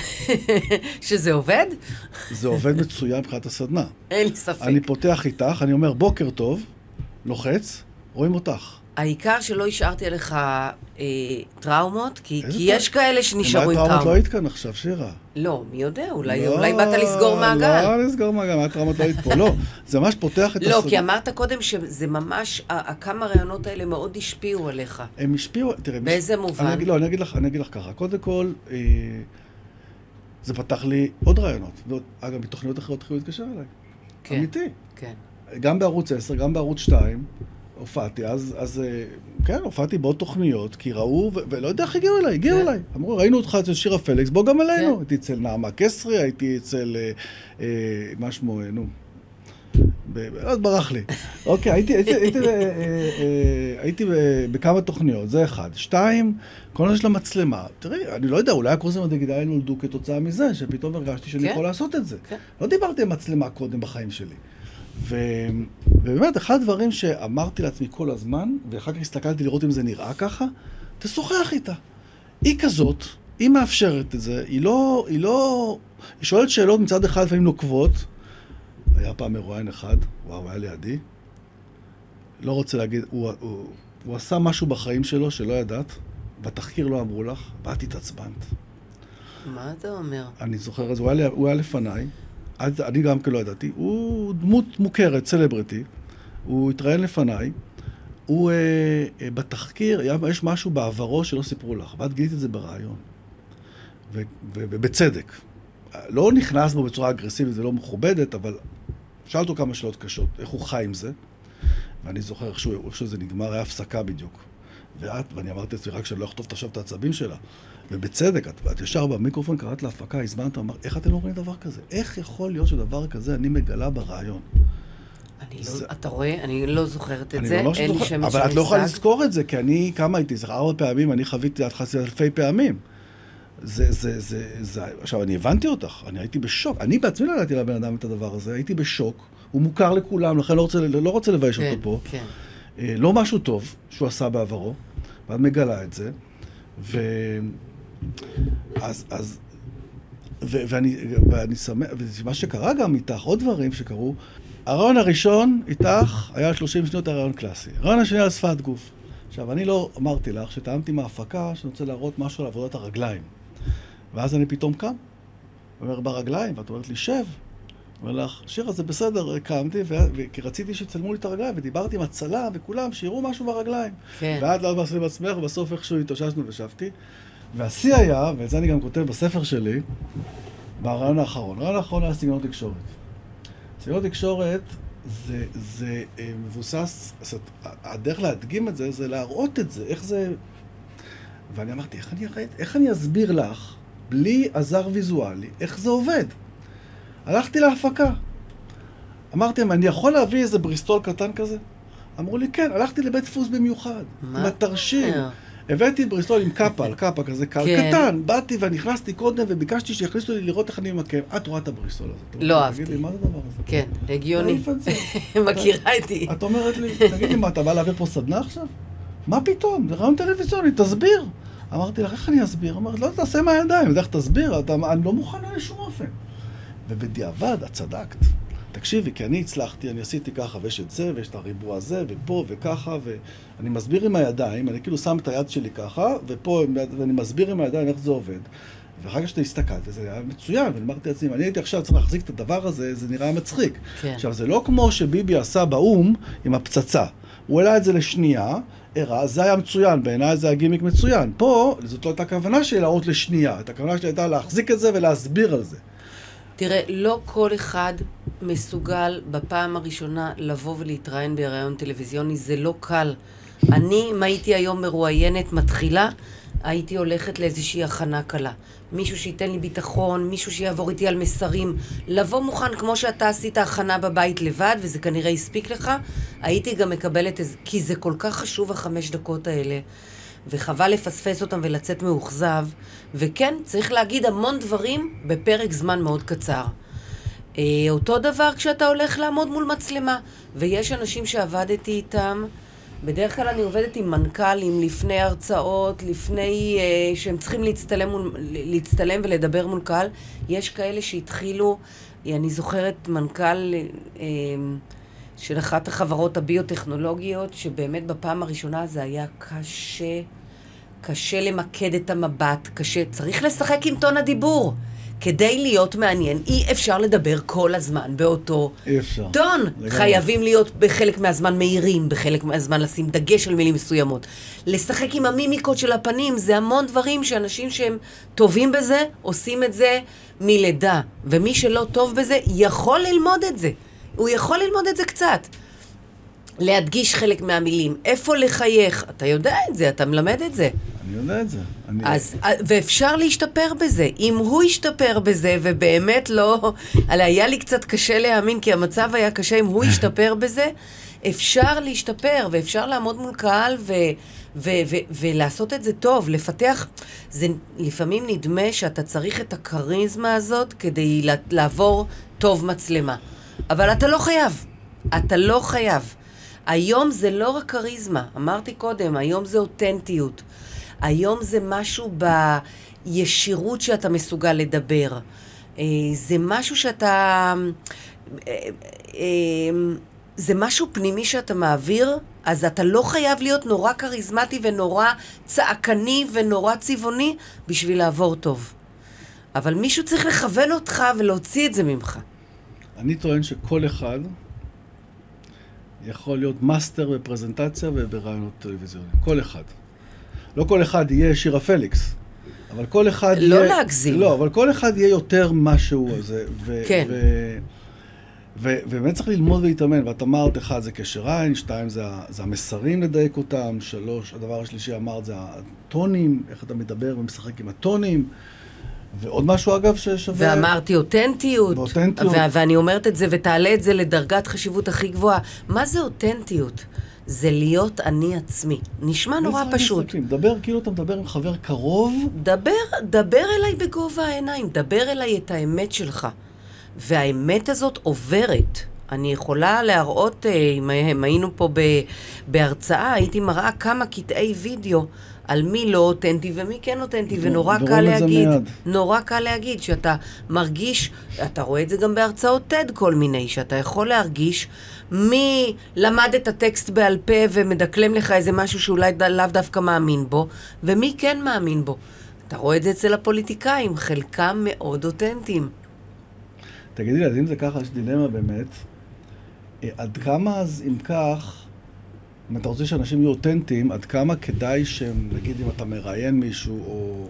שזה עובד? זה עובד מצוין מבחינת הסדנה. אין לי ספק. אני פותח איתך, אני אומר, בוקר טוב, לוחץ, רואים אותך. העיקר שלא השארתי עליך אה, טראומות, כי, כי יש כאלה שנשארו עם טראומות. טראומות לא היית כאן עכשיו, שירה. לא, מי יודע, אולי, לא, אולי באת לסגור מעגל. לא, לסגור מעגל, מה טראומות לא היית פה, לא. זה ממש פותח את לא, הסדנה. כי אמרת קודם שזה ממש, כמה רעיונות האלה מאוד השפיעו עליך. הם השפיעו, תראה... באיזה מובן? אני אגיד, לא, אני אגיד לך, אני אגיד לך ככה. קודם כל, אה, זה פתח לי עוד רעיונות. ועוד, אגב, מתוכניות אחרות התחילו להתקשר אליי. כן. אמיתי. כן. גם בערוץ עשר, גם בערוץ שתיים, הופעתי, אז, אז כן, הופעתי בעוד תוכניות, כי ראו, ו- ולא יודע איך הגיעו אליי, הגיעו כן. אליי. אמרו, ראינו אותך אצל שירה פליקס, בוא גם אלינו. כן. הייתי אצל נעמה קסרי, הייתי אצל, אה, אה, מה שמו, נו, ב- לא, ברח לי. אוקיי, הייתי, הייתי, הייתי, אה, אה, אה, הייתי בכמה תוכניות, זה אחד. שתיים, כל הנושא של המצלמה. תראי, אני לא יודע, אולי הקורסים הדיגיטליים נולדו כתוצאה מזה, שפתאום הרגשתי שאני כן. יכול לעשות את זה. כן. לא דיברתי על מצלמה קודם בחיים שלי. ו... ובאמת, אחד הדברים שאמרתי לעצמי כל הזמן, ואחר כך הסתכלתי לראות אם זה נראה ככה, תשוחח איתה. היא כזאת, היא מאפשרת את זה, היא לא, היא לא, היא שואלת שאלות מצד אחד לפעמים נוקבות. היה פעם מרואיין אחד, וואו, היה לידי. לא רוצה להגיד, הוא, הוא, הוא עשה משהו בחיים שלו שלא ידעת, בתחקיר לא אמרו לך, ואת התעצבנת. מה אתה אומר? אני זוכר את זה, הוא היה, הוא היה לפניי, אני גם כן לא ידעתי, הוא דמות מוכרת, סלבריטי, הוא התראיין לפניי, הוא אה, בתחקיר, יש משהו בעברו שלא סיפרו לך, ואת גילית את זה ברעיון, ובצדק. לא נכנס בו בצורה אגרסיבית, זה לא מכובדת, אבל שאלת אותו כמה שאלות קשות, איך הוא חי עם זה, ואני זוכר איך שזה נגמר, היה הפסקה בדיוק. ואת, ואני אמרתי לעצמי רק שאני לא אכתוב עכשיו את העצבים שלה, ובצדק, את, את ישר במיקרופון, קראת להפקה, הזמנת, אמר, איך אתם לא רואים דבר כזה? איך יכול להיות שדבר כזה אני מגלה ברעיון? אני זה... לא, אתה רואה? אני לא זוכרת את אני זה, אין זוכר, לי שמץ של מושג. אבל את לא יכולה לזכור את זה, כי אני, כמה הייתי, זה ארבע פעמים, אני חוויתי עד חצי אלפי פעמים. זה, זה, זה, זה, עכשיו, אני הבנתי אותך, אני הייתי בשוק, אני בעצמי לא ידעתי לבן אדם את הדבר הזה, הייתי בשוק, הוא מוכר לכולם, לכן לא רוצה, לא רוצה לבייש כן, אותו פה. כן. לא משהו טוב שהוא עשה בעברו, ואת מגלה את זה, ו... אז, אז, ו, ואני, ואני שמח, ומה שקרה גם איתך, עוד דברים שקרו, הרעיון הראשון איתך היה שלושים שניות הרעיון קלאסי. הרעיון השני על שפת גוף. עכשיו, אני לא אמרתי לך שטעמתי מההפקה שאני רוצה להראות משהו על עבודת הרגליים. ואז אני פתאום קם, אומר ברגליים, ואת אומרת לי, שב. אומר לך, שירה, זה בסדר, קמתי, כי רציתי שיצלמו לי את הרגליים, ודיברתי עם הצלה וכולם, שיראו משהו ברגליים. כן. ואת לא עשית בעצמך, ובסוף איכשהו התאוששנו ושבתי. והשיא היה, ואת זה אני גם כותב בספר שלי, ברעיון האחרון. הרעיון האחרון היה סגנון תקשורת. סגנון תקשורת זה, זה מבוסס, הדרך להדגים את זה, זה להראות את זה, איך זה... ואני אמרתי, איך אני, איך אני אסביר לך, בלי עזר ויזואלי, איך זה עובד? הלכתי להפקה. אמרתי להם, אני יכול להביא איזה בריסטול קטן כזה? אמרו לי, כן, הלכתי לבית דפוס במיוחד. עם התרשים. הבאתי בריסטול עם קאפה, על קאפה כזה קטן. באתי ונכנסתי קודם וביקשתי שיכניסו לי לראות איך אני ממקם. את רואה את הבריסטול הזה. לא אהבתי. תגיד לי, מה זה הדבר הזה? כן, הגיוני. מכירה איתי. את אומרת לי, תגיד לי, מה, אתה בא להביא פה סדנה עכשיו? מה פתאום? זה רעיון טלוויזיוני, תסביר. אמרתי לך, איך אני אסביר? אמרתי, לא, תעשה מהידיים, איך תסביר? אני לא מוכן לשום אופן. ובדיעבד, את צדקת. תקשיבי, כי אני הצלחתי, אני עשיתי ככה, ויש את זה, ויש את הריבוע הזה, ופה וככה, ואני מסביר עם הידיים, אני כאילו שם את היד שלי ככה, ופה, ואני מסביר עם הידיים איך זה עובד. ואחר כך שאתה הסתכלת, וזה היה מצוין, ואני אמרתי לעצמי, אני הייתי עכשיו צריך להחזיק את הדבר הזה, זה נראה מצחיק. כן. עכשיו, זה לא כמו שביבי עשה באום עם הפצצה. הוא העלה את זה לשנייה, הראה, זה היה מצוין, בעיניי זה היה גימיק מצוין. פה, זאת לא הייתה הכוונה שלי להראות לשנייה, את הכוונה שלי הייתה להחזיק את זה ולהסביר על זה. תראה, לא כל אחד מסוגל בפעם הראשונה לבוא ולהתראיין ברעיון טלוויזיוני, זה לא קל. אני, אם הייתי היום מרואיינת מתחילה, הייתי הולכת לאיזושהי הכנה קלה. מישהו שייתן לי ביטחון, מישהו שיעבור איתי על מסרים, לבוא מוכן כמו שאתה עשית הכנה בבית לבד, וזה כנראה הספיק לך, הייתי גם מקבלת, כי זה כל כך חשוב החמש דקות האלה, וחבל לפספס אותם ולצאת מאוכזב, וכן, צריך להגיד המון דברים בפרק זמן מאוד קצר. אה, אותו דבר כשאתה הולך לעמוד מול מצלמה, ויש אנשים שעבדתי איתם, בדרך כלל אני עובדת עם מנכ"לים לפני הרצאות, לפני אה, שהם צריכים להצטלם, להצטלם ולדבר מול קהל. יש כאלה שהתחילו, אני זוכרת מנכ"ל אה, של אחת החברות הביוטכנולוגיות, שבאמת בפעם הראשונה זה היה קשה, קשה למקד את המבט, קשה, צריך לשחק עם טון הדיבור. כדי להיות מעניין, אי אפשר לדבר כל הזמן באותו טון. חייבים להיות בחלק מהזמן מהירים, בחלק מהזמן לשים דגש על מילים מסוימות. לשחק עם המימיקות של הפנים, זה המון דברים שאנשים שהם טובים בזה, עושים את זה מלידה. ומי שלא טוב בזה, יכול ללמוד את זה. הוא יכול ללמוד את זה קצת. להדגיש חלק מהמילים. איפה לחייך? אתה יודע את זה, אתה מלמד את זה. אני יודע את זה. אני... אז, ואפשר להשתפר בזה. אם הוא ישתפר בזה, ובאמת לא... היה לי קצת קשה להאמין, כי המצב היה קשה, אם הוא ישתפר בזה, אפשר להשתפר, ואפשר לעמוד מול קהל, ו, ו, ו, ולעשות את זה טוב, לפתח. זה לפעמים נדמה שאתה צריך את הקריזמה הזאת, כדי לעבור טוב מצלמה. אבל אתה לא חייב. אתה לא חייב. היום זה לא רק קריזמה, אמרתי קודם, היום זה אותנטיות. היום זה משהו בישירות שאתה מסוגל לדבר. זה משהו שאתה... זה משהו פנימי שאתה מעביר, אז אתה לא חייב להיות נורא קריזמטי ונורא צעקני ונורא צבעוני בשביל לעבור טוב. אבל מישהו צריך לכוון אותך ולהוציא את זה ממך. אני טוען שכל אחד יכול להיות מאסטר בפרזנטציה וברעיונות טלוויזיוניים. כל אחד. לא כל אחד יהיה שירה פליקס, אבל כל אחד לא יהיה... לא להגזים. לא, אבל כל אחד יהיה יותר משהו הזה. ו- כן. ו- ו- ובאמת צריך ללמוד ולהתאמן, ואת אמרת, אחד זה קשר עין, שתיים זה, זה המסרים לדייק אותם, שלוש, הדבר השלישי אמרת זה הטונים, איך אתה מדבר ומשחק עם הטונים, ועוד משהו אגב ששווה... ואמרתי אותנטיות. ואותנטיות. ו- ואני אומרת את זה ותעלה את זה לדרגת חשיבות הכי גבוהה. מה זה אותנטיות? זה להיות אני עצמי. נשמע נורא פשוט. מסתכלים. דבר כאילו אתה מדבר עם חבר קרוב. דבר, דבר אליי בגובה העיניים. דבר אליי את האמת שלך. והאמת הזאת עוברת. אני יכולה להראות, אם היינו פה בהרצאה, הייתי מראה כמה קטעי וידאו על מי לא אותנטי ומי כן אותנטי, ונורא קל להגיד, נורא קל להגיד שאתה מרגיש, אתה רואה את זה גם בהרצאות טד כל מיני, שאתה יכול להרגיש מי למד את הטקסט בעל פה ומדקלם לך איזה משהו שאולי לאו דווקא מאמין בו, ומי כן מאמין בו. אתה רואה את זה אצל הפוליטיקאים, חלקם מאוד אותנטיים. תגידי לי, אז אם זה ככה, יש דילמה באמת, עד כמה אז אם כך, אם אתה רוצה שאנשים יהיו אותנטיים, עד כמה כדאי שהם, נגיד אם אתה מראיין מישהו, או...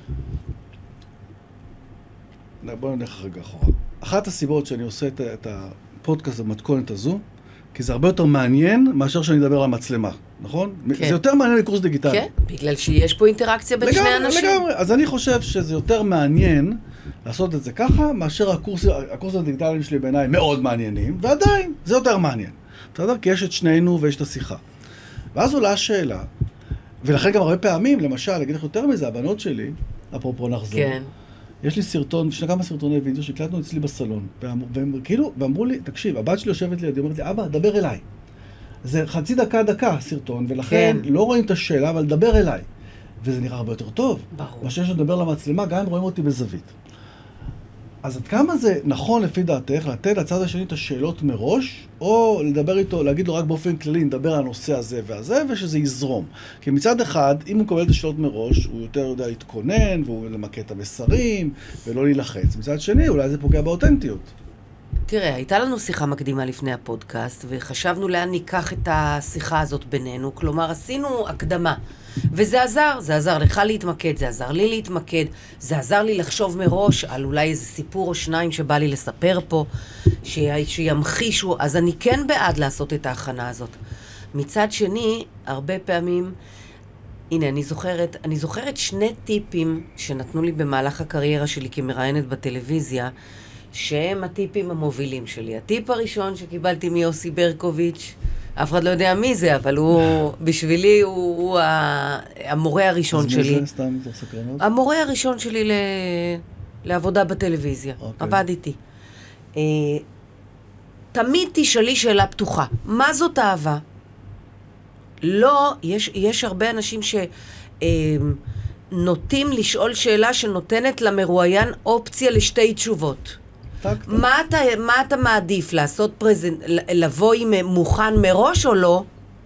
בואו נלך רגע אחורה. אחת הסיבות שאני עושה את, את הפודקאסט במתכונת הזו, כי זה הרבה יותר מעניין מאשר שאני אדבר על המצלמה, נכון? כן. זה יותר מעניין לקורס דיגיטלי. כן, בגלל שיש פה אינטראקציה בין לגמרי, שני אנשים. לגמרי, אז אני חושב שזה יותר מעניין לעשות את זה ככה, מאשר הקורסים, הקורסים הדיגיטליים שלי בעיניי מאוד מעניינים, ועדיין, זה יותר מעניין. בסדר? כי יש את שנינו ויש את השיחה. ואז עולה השאלה, ולכן גם הרבה פעמים, למשל, אגיד לך יותר מזה, הבנות שלי, אפרופו נחזור, כן. יש לי סרטון, שני כמה סרטוני וידאו שהקלטנו אצלי בסלון, והם, והם כאילו, ואמרו לי, תקשיב, הבת שלי יושבת לידי, אומרת לי, אבא, דבר אליי. זה חצי דקה, דקה, סרטון, ולכן כן. לא רואים את השאלה, אבל דבר אליי. וזה נראה הרבה יותר טוב. ברור. מאשר שנדבר למצלמה, גם אם רואים אותי בזווית. אז עד כמה זה נכון לפי דעתך, לתת לצד השני את השאלות מראש, או לדבר איתו, להגיד לו רק באופן כללי, נדבר על הנושא הזה והזה, ושזה יזרום. כי מצד אחד, אם הוא מקבל את השאלות מראש, הוא יותר יודע להתכונן, והוא למקד את המסרים, ולא להילחץ. מצד שני, אולי זה פוגע באותנטיות. תראה, הייתה לנו שיחה מקדימה לפני הפודקאסט, וחשבנו לאן ניקח את השיחה הזאת בינינו. כלומר, עשינו הקדמה. וזה עזר, זה עזר לך להתמקד, זה עזר לי להתמקד, זה עזר לי לחשוב מראש על אולי איזה סיפור או שניים שבא לי לספר פה, ש... שימחישו, אז אני כן בעד לעשות את ההכנה הזאת. מצד שני, הרבה פעמים, הנה, אני זוכרת, אני זוכרת שני טיפים שנתנו לי במהלך הקריירה שלי כמראיינת בטלוויזיה, שהם הטיפים המובילים שלי. הטיפ הראשון שקיבלתי מיוסי ברקוביץ', אף אחד לא יודע מי זה, אבל הוא, בשבילי, הוא, הוא המורה הראשון שלי. אז מי זה סתם מתוך סקרנות? המורה הראשון שלי ל... לעבודה בטלוויזיה. Okay. עבד איתי. אה, תמיד תשאלי שאלה פתוחה. מה זאת אהבה? לא, יש, יש הרבה אנשים שנוטים לשאול שאלה שנותנת למרואיין אופציה לשתי תשובות. מה אתה, מה אתה מעדיף? לעשות פרזנט, לבוא עם מוכן מראש או לא?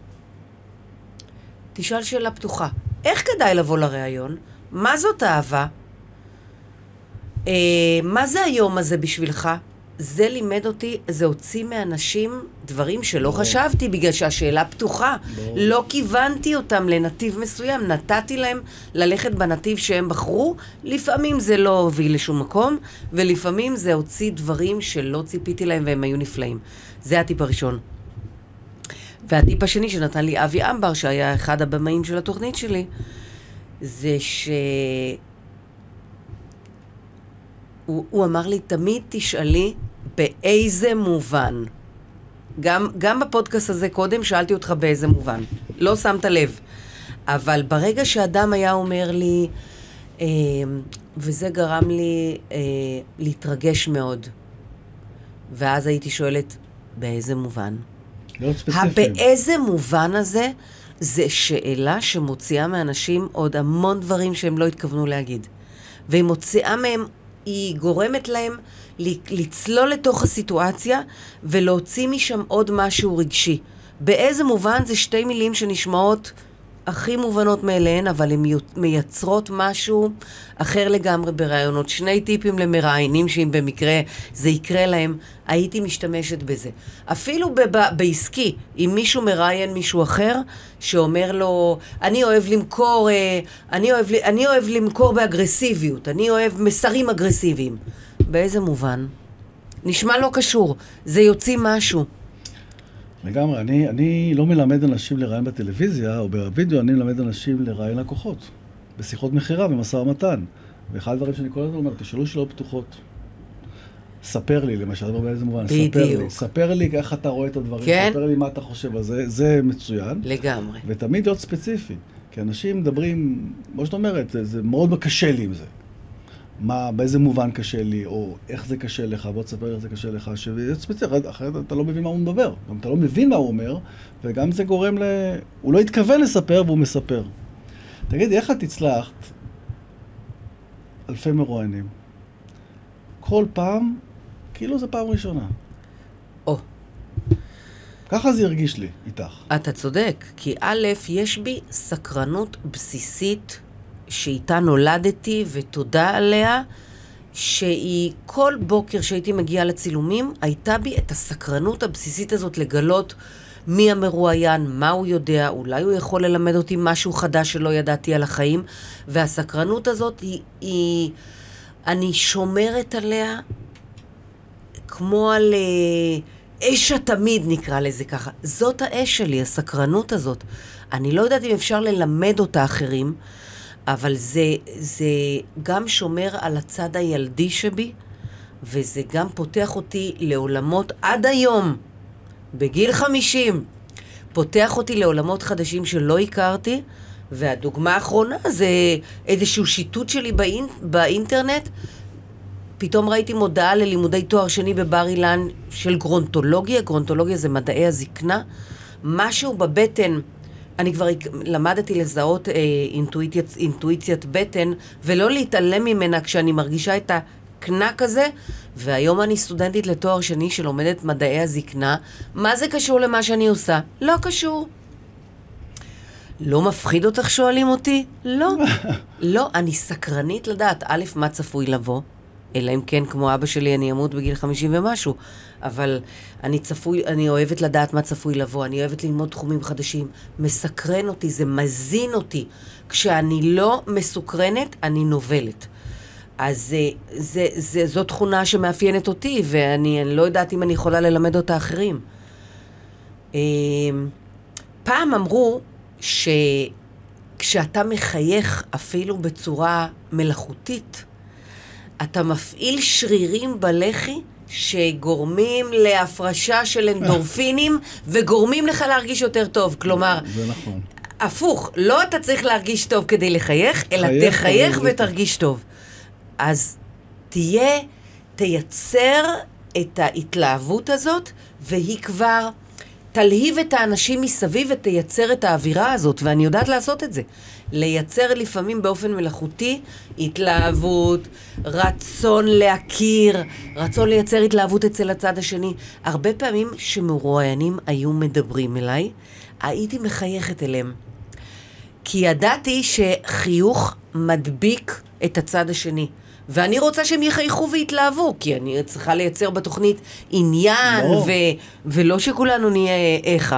תשאל שאלה פתוחה. איך כדאי לבוא לראיון? מה זאת אהבה? אה, מה זה היום הזה בשבילך? זה לימד אותי, זה הוציא מאנשים דברים שלא בוא. חשבתי, בגלל שהשאלה פתוחה. בוא. לא כיוונתי אותם לנתיב מסוים, נתתי להם ללכת בנתיב שהם בחרו, לפעמים זה לא הוביל לשום מקום, ולפעמים זה הוציא דברים שלא ציפיתי להם והם היו נפלאים. זה הטיפ הראשון. והטיפ השני שנתן לי אבי אמבר, שהיה אחד הבמאים של התוכנית שלי, זה ש... הוא, הוא אמר לי, תמיד תשאלי באיזה מובן. גם, גם בפודקאסט הזה קודם שאלתי אותך באיזה מובן. לא שמת לב. אבל ברגע שאדם היה אומר לי, אה, וזה גרם לי אה, להתרגש מאוד. ואז הייתי שואלת, באיזה מובן? מאוד ספציפיים. באיזה מובן הזה, זה שאלה שמוציאה מאנשים עוד המון דברים שהם לא התכוונו להגיד. והיא מוציאה מהם, היא גורמת להם לצלול לתוך הסיטואציה ולהוציא משם עוד משהו רגשי. באיזה מובן זה שתי מילים שנשמעות הכי מובנות מאליהן, אבל הן מייצרות משהו אחר לגמרי ברעיונות. שני טיפים למראיינים שאם במקרה זה יקרה להם, הייתי משתמשת בזה. אפילו ב- בעסקי, אם מישהו מראיין מישהו אחר, שאומר לו, אני אוהב למכור, אני אוהב, אני אוהב למכור באגרסיביות, אני אוהב מסרים אגרסיביים. באיזה מובן? נשמע לא קשור, זה יוציא משהו. לגמרי, אני, אני לא מלמד אנשים לראיין בטלוויזיה, או בווידאו, אני מלמד אנשים לראיין לקוחות, בשיחות מחירה, במשא ומתן. ואחד הדברים שאני כל הזמן אומר, תשאלו שאלות פתוחות. ספר לי, למשל, באיזה מובן, ספר לי. ספר לי איך אתה רואה את הדברים, כן? ספר לי מה אתה חושב על זה, זה מצוין. לגמרי. ותמיד להיות ספציפי, כי אנשים מדברים, כמו שאת אומרת, זה, זה מאוד קשה לי עם זה. מה, באיזה מובן קשה לי, או איך זה קשה לך, בוא תספר איך זה קשה לך, שזה ספציפי, אחרת אתה לא מבין מה הוא מדבר. גם אתה לא מבין מה הוא אומר, וגם זה גורם ל... הוא לא התכוון לספר, והוא מספר. תגידי, איך את הצלחת אלפי מרואיינים? כל פעם, כאילו זה פעם ראשונה. או. ככה זה הרגיש לי, איתך. אתה צודק, כי א', יש בי סקרנות בסיסית, שאיתה נולדתי ותודה עליה, שהיא כל בוקר שהייתי מגיעה לצילומים, הייתה בי את הסקרנות הבסיסית הזאת לגלות מי המרואיין, מה הוא יודע, אולי הוא יכול ללמד אותי משהו חדש שלא ידעתי על החיים, והסקרנות הזאת היא, היא אני שומרת עליה כמו על אש התמיד נקרא לזה ככה. זאת האש שלי, הסקרנות הזאת. אני לא יודעת אם אפשר ללמד אותה אחרים, אבל זה, זה גם שומר על הצד הילדי שבי, וזה גם פותח אותי לעולמות עד היום, בגיל חמישים, פותח אותי לעולמות חדשים שלא הכרתי, והדוגמה האחרונה זה איזשהו שיטוט שלי באינ... באינטרנט. פתאום ראיתי מודעה ללימודי תואר שני בבר אילן של גרונטולוגיה. גרונטולוגיה זה מדעי הזקנה. משהו בבטן, אני כבר למדתי לזהות אה, אינטואיציית, אינטואיציית בטן, ולא להתעלם ממנה כשאני מרגישה את הקנק הזה, והיום אני סטודנטית לתואר שני שלומדת מדעי הזקנה. מה זה קשור למה שאני עושה? לא קשור. לא מפחיד אותך שואלים אותי? לא. לא, אני סקרנית לדעת, א', מה צפוי לבוא, אלא אם כן, כמו אבא שלי, אני אמות בגיל חמישים ומשהו, אבל אני צפוי, אני אוהבת לדעת מה צפוי לבוא, אני אוהבת ללמוד תחומים חדשים, מסקרן אותי, זה מזין אותי. כשאני לא מסוקרנת, אני נובלת. אז זה, זה, זה, זו תכונה שמאפיינת אותי, ואני אני לא יודעת אם אני יכולה ללמד אותה אחרים. פעם אמרו, שכשאתה מחייך אפילו בצורה מלאכותית, אתה מפעיל שרירים בלחי שגורמים להפרשה של אנדורפינים וגורמים לך להרגיש יותר טוב. כלומר, זה נכון. הפוך, לא אתה צריך להרגיש טוב כדי לחייך, אלא חייך, תחייך אבל- ותרגיש טוב. אז תהיה, תייצר את ההתלהבות הזאת, והיא כבר תלהיב את האנשים מסביב ותייצר את האווירה הזאת, ואני יודעת לעשות את זה. לייצר לפעמים באופן מלאכותי התלהבות, רצון להכיר, רצון לייצר התלהבות אצל הצד השני. הרבה פעמים שמרואיינים היו מדברים אליי, הייתי מחייכת אליהם. כי ידעתי שחיוך מדביק את הצד השני. ואני רוצה שהם יחייכו והתלהבו, כי אני צריכה לייצר בתוכנית עניין, לא. ו- ולא שכולנו נהיה איכה.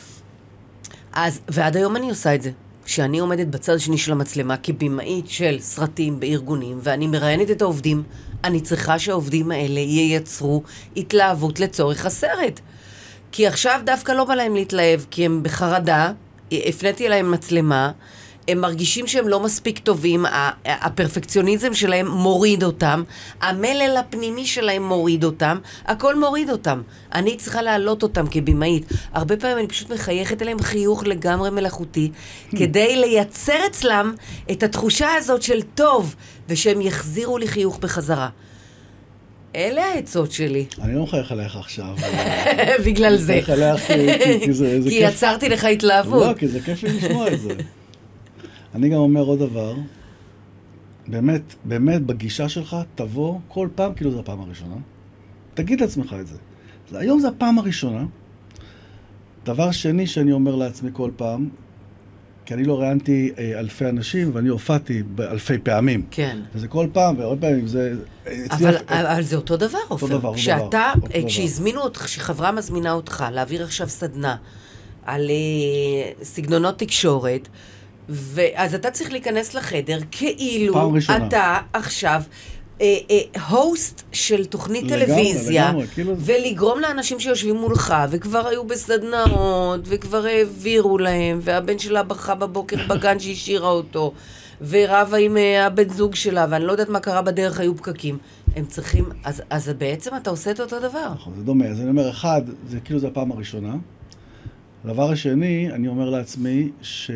אז, ועד היום אני עושה את זה. כשאני עומדת בצד השני של המצלמה כבימאית של סרטים בארגונים, ואני מראיינת את העובדים, אני צריכה שהעובדים האלה ייצרו התלהבות לצורך הסרט. כי עכשיו דווקא לא בא להם להתלהב, כי הם בחרדה, הפניתי להם מצלמה, הם מרגישים שהם לא מספיק טובים, הפרפקציוניזם שלהם מוריד אותם, המלל הפנימי שלהם מוריד אותם, הכל מוריד אותם. אני צריכה להעלות אותם כבימאית. הרבה פעמים אני פשוט מחייכת אליהם חיוך לגמרי מלאכותי, כדי לייצר אצלם את התחושה הזאת של טוב, ושהם יחזירו לי חיוך בחזרה. אלה העצות שלי. אני לא מחייך עליך עכשיו. בגלל זה. מחייך עליך כי- כי זה זה כי כיף. יצרתי לך התלהבות. לא, כי זה כיף לי לשמוע את זה. אני גם אומר עוד דבר, באמת, באמת בגישה שלך תבוא כל פעם כאילו זו הפעם הראשונה. תגיד לעצמך את זה. זה היום זו הפעם הראשונה. דבר שני שאני אומר לעצמי כל פעם, כי אני לא ראיינתי אה, אלפי אנשים ואני הופעתי באלפי פעמים. כן. וזה כל פעם, והרבה פעמים זה... אבל, אבל זה אותו דבר, עופר. דבר, אותו כשאתה, דבר, אותו דבר. כשהזמינו אותך, כשחברה מזמינה אותך להעביר עכשיו סדנה על אה, סגנונות תקשורת, ואז אתה צריך להיכנס לחדר כאילו פעם ראשונה. אתה עכשיו אה, אה, הוסט של תוכנית לגמרי, טלוויזיה, לגמרי, כאילו- ולגרום לאנשים שיושבים מולך, וכבר היו בסדנאות, וכבר העבירו להם, והבן שלה ברחה בבוקר בגן שהשאירה אותו, ורבה עם אה, הבן זוג שלה, ואני לא יודעת מה קרה בדרך, היו פקקים. הם צריכים, אז, אז בעצם אתה עושה את אותו דבר. נכון, זה דומה. אז אני אומר, אחד, זה כאילו זה הפעם הראשונה. הדבר השני, אני אומר לעצמי ש...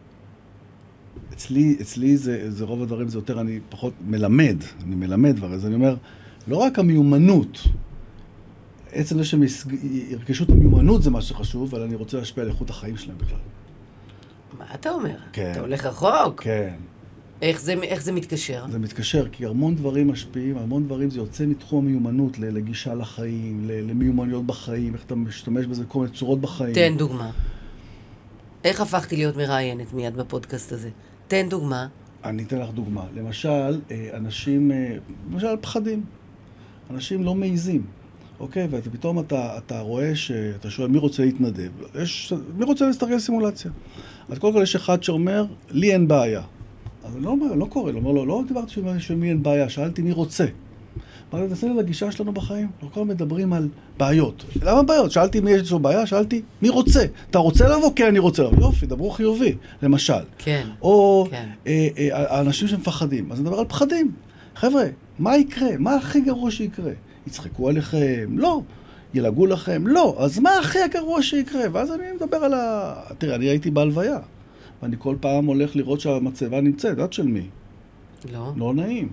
אצלי, אצלי זה, זה רוב הדברים, זה יותר, אני פחות מלמד, אני מלמד דבר, אז אני אומר, לא רק המיומנות, עצם זה שהם ירכשו את המיומנות זה מה שחשוב, אבל אני רוצה להשפיע על איכות החיים שלהם בכלל. מה אתה אומר? כן. אתה הולך רחוק? כן. איך זה, איך זה מתקשר? זה מתקשר, כי המון דברים משפיעים, המון דברים זה יוצא מתחום המיומנות, לגישה לחיים, למיומנויות בחיים, איך אתה משתמש בזה, כל מיני צורות בחיים. תן דוגמה. איך הפכתי להיות מראיינת מיד בפודקאסט הזה? תן דוגמה. אני אתן לך דוגמה. למשל, אנשים, למשל פחדים. אנשים לא מעיזים, אוקיי? ופתאום אתה, אתה רואה שאתה שואל מי רוצה להתנדב. יש, מי רוצה להסתרגל סימולציה? אז קודם כל יש אחד שאומר, לי אין בעיה. אז אני לא, לא קורא, לא, לא, לא דיברתי שמי אין בעיה, שאלתי מי רוצה. אמרתי, תעשה לי לגישה שלנו בחיים. אנחנו כל מדברים על בעיות. למה בעיות? שאלתי מי יש לו בעיה, שאלתי מי רוצה. אתה רוצה לבוא? כן, אני רוצה לבוא. יופי, דברו חיובי, למשל. כן. או כן. אה, אה, האנשים שמפחדים. אז נדבר על פחדים. חבר'ה, מה יקרה? מה הכי גרוע שיקרה? יצחקו עליכם? לא. ילגו לכם? לא. אז מה הכי הגרוע שיקרה? ואז אני מדבר על ה... תראה, אני הייתי בהלוויה. ואני כל פעם הולך לראות שהמצבה נמצאת. יודעת של מי? לא. לא נעים.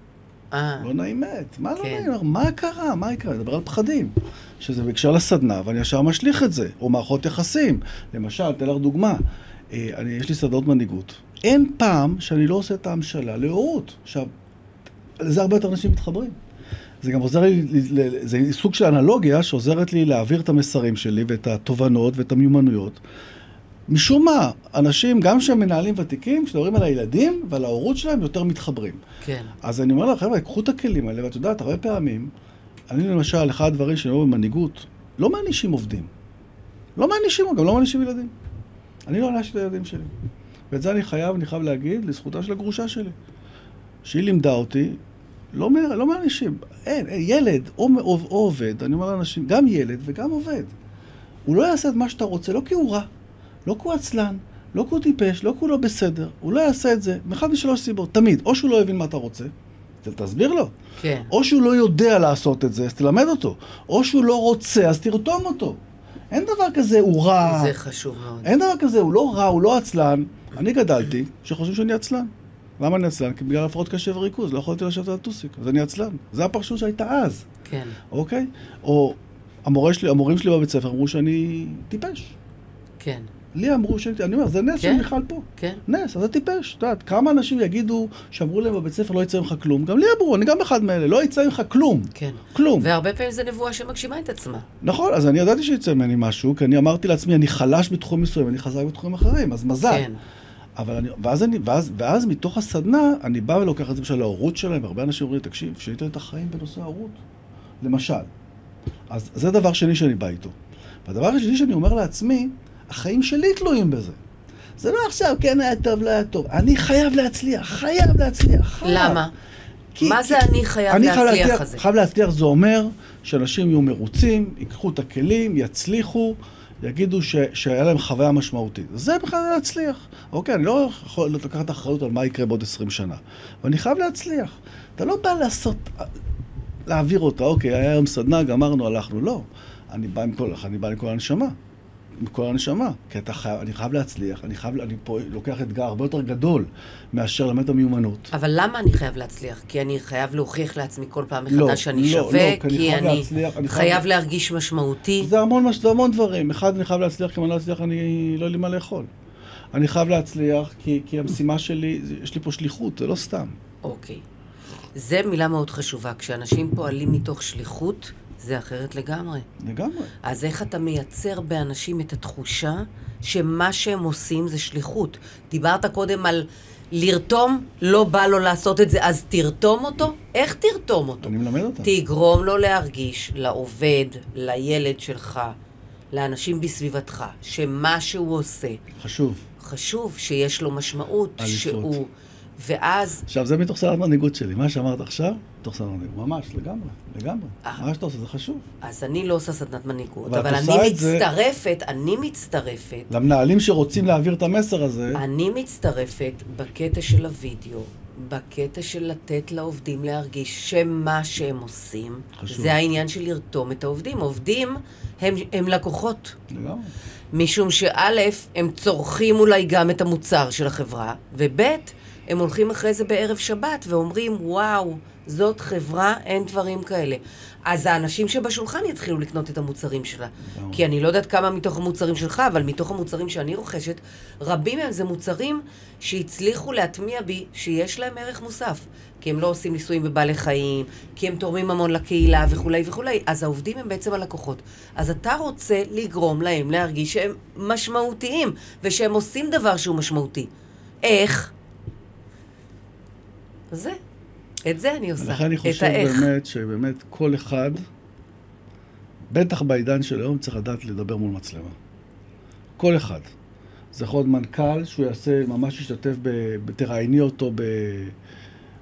אה. לא נעים מת. מה לא כן. נעים? מה קרה? מה יקרה? אני מדבר על פחדים. שזה בקשר לסדנה, ואני ישר משליך את זה. או מערכות יחסים. למשל, תן לך דוגמה. אה, אני, יש לי סדנות מנהיגות. אין פעם שאני לא עושה את ההמשלה להורות. עכשיו, לזה הרבה יותר אנשים מתחברים. זה גם עוזר לי, זה סוג של אנלוגיה שעוזרת לי להעביר את המסרים שלי ואת התובנות ואת המיומנויות. משום מה, אנשים, גם שהם מנהלים ותיקים, כשדברים על הילדים ועל ההורות שלהם, יותר מתחברים. כן. אז אני אומר לך, חבר'ה, קחו את הכלים האלה, ואת יודעת, הרבה פעמים, אני למשל, אחד הדברים שאני אומר במנהיגות, לא מענישים עובדים. לא מענישים, גם לא מענישים ילדים. אני לא מעניש את הילדים שלי. ואת זה אני חייב, אני חייב להגיד, לזכותה של הגרושה שלי. שהיא לימדה אותי, לא, לא מענישים. אין, אין, ילד או, או, או עובד, אני אומר לאנשים, גם ילד וגם עובד. הוא לא יעשה את מה שאתה רוצה, לא כי הוא רע. לא כי הוא עצלן, לא כי הוא טיפש, לא כי הוא לא בסדר. הוא לא יעשה את זה, מאחד משלוש סיבות. תמיד, או שהוא לא הבין מה אתה רוצה, אז תסביר לו. כן. או שהוא לא יודע לעשות את זה, אז תלמד אותו. או שהוא לא רוצה, אז תרתום אותו. אין דבר כזה, הוא רע. זה חשוב מאוד. אין דבר כזה, הוא לא רע, הוא לא עצלן. אני גדלתי שחושבים שאני עצלן. למה אני עצלן? כי בגלל הפרעות קשב וריכוז, לא יכולתי לשבת על טוסיק, אז אני עצלן. זה הפרשות שהייתה אז. כן. אוקיי? או המורה שלי, המורים שלי בבית ספר אמרו שאני טיפש. כן. לי אמרו שאני, אני אומר, זה נס שאני בכלל פה. כן. נס, אז זה טיפש. אתה יודעת, כמה אנשים יגידו שאמרו להם בבית ספר לא יצא ממך כלום. גם לי אמרו, אני גם אחד מאלה, לא יצא ממך כלום. כן. כלום. והרבה פעמים זה נבואה שמגשימה את עצמה. נכון, אז אני ידעתי שיצא ממני משהו, כי אני אמרתי לעצמי, אני חלש בתחום מסוים, אני חזק בתחומים אחרים, אז מזל. כן. אבל אני, ואז, אני, ואז, ואז מתוך הסדנה, אני בא ולוקח את זה בשביל ההורות שלהם, והרבה אנשים אומרים, תקשיב, שהיית את החיים בנושא ההורות. למשל. אז זה דבר שני שאני בא איתו. והדבר השני שאני אומר לעצמי, החיים שלי תלויים בזה. זה לא עכשיו, כן היה טוב, לא היה טוב. אני חייב להצליח, חייב להצליח, חייב. למה? כי, מה כי, זה אני חייב אני להצליח, חייב להצליח הזה? חייב להצליח, זה אומר שאנשים יהיו מרוצים, ייקחו את הכלים, יצליחו, יגידו ש, שהיה להם חוויה משמעותית. זה בכלל להצליח. אוקיי, אני לא יכול לקחת אחריות על מה יקרה בעוד עשרים שנה. ואני חייב להצליח. אתה לא בא לעשות, להעביר אותה, אוקיי, היה היום סדנה, גמרנו, הלכנו. לא. אני בא עם כל, אני בא עם כל הנשמה. עם כל הנשמה. כי אתה חייב, אני חייב להצליח. אני חייב, אני פה לוקח אתגר הרבה יותר גדול מאשר למד את המיומנות. אבל למה אני חייב להצליח? כי אני חייב להוכיח לעצמי כל פעם מחדש לא, שאני לא, שווה, לא, כי אני כי חייב אני להצליח, אני חייב חייב- להרגיש משמעותי. זה המון, זה המון דברים. אחד, אני חייב להצליח, כי אם אני לא אצליח, אני לא יודע לי מה לאכול. אני חייב להצליח, כי, כי המשימה שלי, יש לי פה שליחות, זה לא סתם. אוקיי. זה מילה מאוד חשובה. כשאנשים פועלים מתוך שליחות, זה אחרת לגמרי. לגמרי. אז איך אתה מייצר באנשים את התחושה שמה שהם עושים זה שליחות? דיברת קודם על לרתום, לא בא לו לעשות את זה, אז תרתום אותו? איך תרתום אותו? אני מלמד אותם. תגרום לו להרגיש, לעובד, לילד שלך, לאנשים בסביבתך, שמה שהוא עושה חשוב. חשוב, שיש לו משמעות, אליפות. שהוא... ואז... עכשיו, זה מתוך סדנת מנהיגות שלי. מה שאמרת עכשיו, מתוך סדנת מנהיגות. ממש, לגמרי, לגמרי. אה. מה שאתה עושה, זה חשוב. אז אני לא עושה סדנת מנהיגות, אבל אבל את אני עושה את זה- מצטרפת, אני מצטרפת, למנהלים שרוצים להעביר את המסר הזה, אני מצטרפת בקטע של הוידאו, בקטע של לתת לעובדים להרגיש שמה שהם עושים, חשוב. זה העניין של לרתום את העובדים. עובדים הם, הם לקוחות, לגמרי. משום שא' הם צורכים אולי גם את המוצר של החברה, וב' הם הולכים אחרי זה בערב שבת ואומרים, וואו, זאת חברה, אין דברים כאלה. אז האנשים שבשולחן יתחילו לקנות את המוצרים שלה. כי אני לא יודעת כמה מתוך המוצרים שלך, אבל מתוך המוצרים שאני רוכשת, רבים מהם זה מוצרים שהצליחו להטמיע בי שיש להם ערך מוסף. כי הם לא עושים ניסויים בבעלי חיים, כי הם תורמים המון לקהילה וכולי וכולי. אז העובדים הם בעצם הלקוחות. אז אתה רוצה לגרום להם להרגיש שהם משמעותיים, ושהם עושים דבר שהוא משמעותי. איך? זה. את זה אני עושה. ולכן אני את חושב האיך. באמת, שבאמת כל אחד, בטח בעידן של היום, צריך לדעת לדבר מול מצלמה. כל אחד. זה יכול להיות מנכ"ל שהוא יעשה, ממש ישתתף, ב- תראייני אותו ב...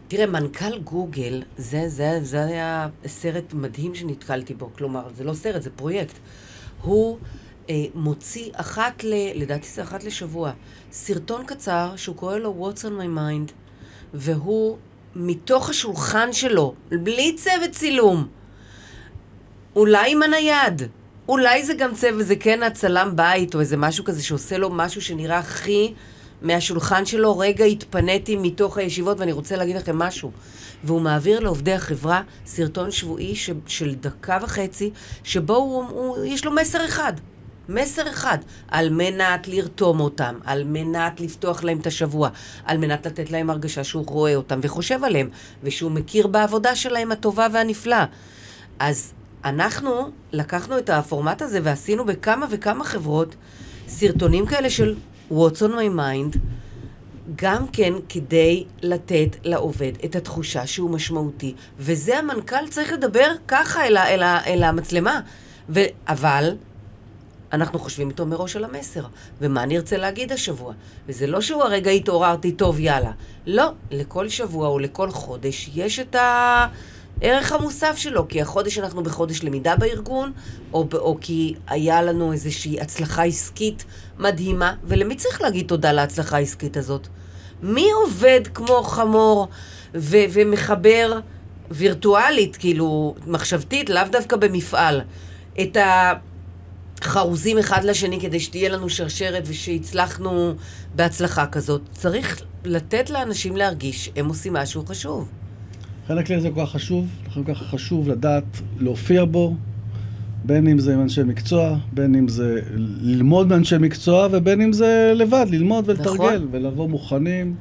תראה, מנכ"ל גוגל, זה, זה, זה היה סרט מדהים שנתקלתי בו, כלומר, זה לא סרט, זה פרויקט. הוא אה, מוציא אחת ל... לדעתי זה אחת לשבוע, סרטון קצר שהוא קורא לו What's on my mind, והוא מתוך השולחן שלו, בלי צוות צילום, אולי עם הנייד, אולי זה גם צוות, זה כן הצלם בית, או איזה משהו כזה שעושה לו משהו שנראה הכי מהשולחן שלו, רגע התפניתי מתוך הישיבות ואני רוצה להגיד לכם משהו. והוא מעביר לעובדי החברה סרטון שבועי ש, של דקה וחצי, שבו הוא, הוא, יש לו מסר אחד. מסר אחד, על מנת לרתום אותם, על מנת לפתוח להם את השבוע, על מנת לתת להם הרגשה שהוא רואה אותם וחושב עליהם, ושהוא מכיר בעבודה שלהם הטובה והנפלאה. אז אנחנו לקחנו את הפורמט הזה ועשינו בכמה וכמה חברות סרטונים כאלה של What's on my mind, גם כן כדי לתת לעובד את התחושה שהוא משמעותי, וזה המנכ"ל צריך לדבר ככה אל, אל, אל המצלמה. ו... אבל אנחנו חושבים איתו מראש על המסר, ומה אני ארצה להגיד השבוע. וזה לא שהוא הרגע התעוררתי טוב, יאללה. לא, לכל שבוע או לכל חודש יש את הערך המוסף שלו, כי החודש אנחנו בחודש למידה בארגון, או, או כי היה לנו איזושהי הצלחה עסקית מדהימה, ולמי צריך להגיד תודה להצלחה העסקית הזאת? מי עובד כמו חמור ו- ומחבר וירטואלית, כאילו מחשבתית, לאו דווקא במפעל, את החרוזים אחד לשני כדי שתהיה לנו שרשרת ושהצלחנו בהצלחה כזאת? צריך לתת לאנשים להרגיש, הם עושים משהו חשוב. חלק לי זה כל כך חשוב, לכן כל כך חשוב לדעת להופיע בו, בין אם זה עם אנשי מקצוע, בין אם זה ללמוד מאנשי מקצוע, ובין אם זה לבד, ללמוד ולתרגל, נכון. ולבוא מוכנים.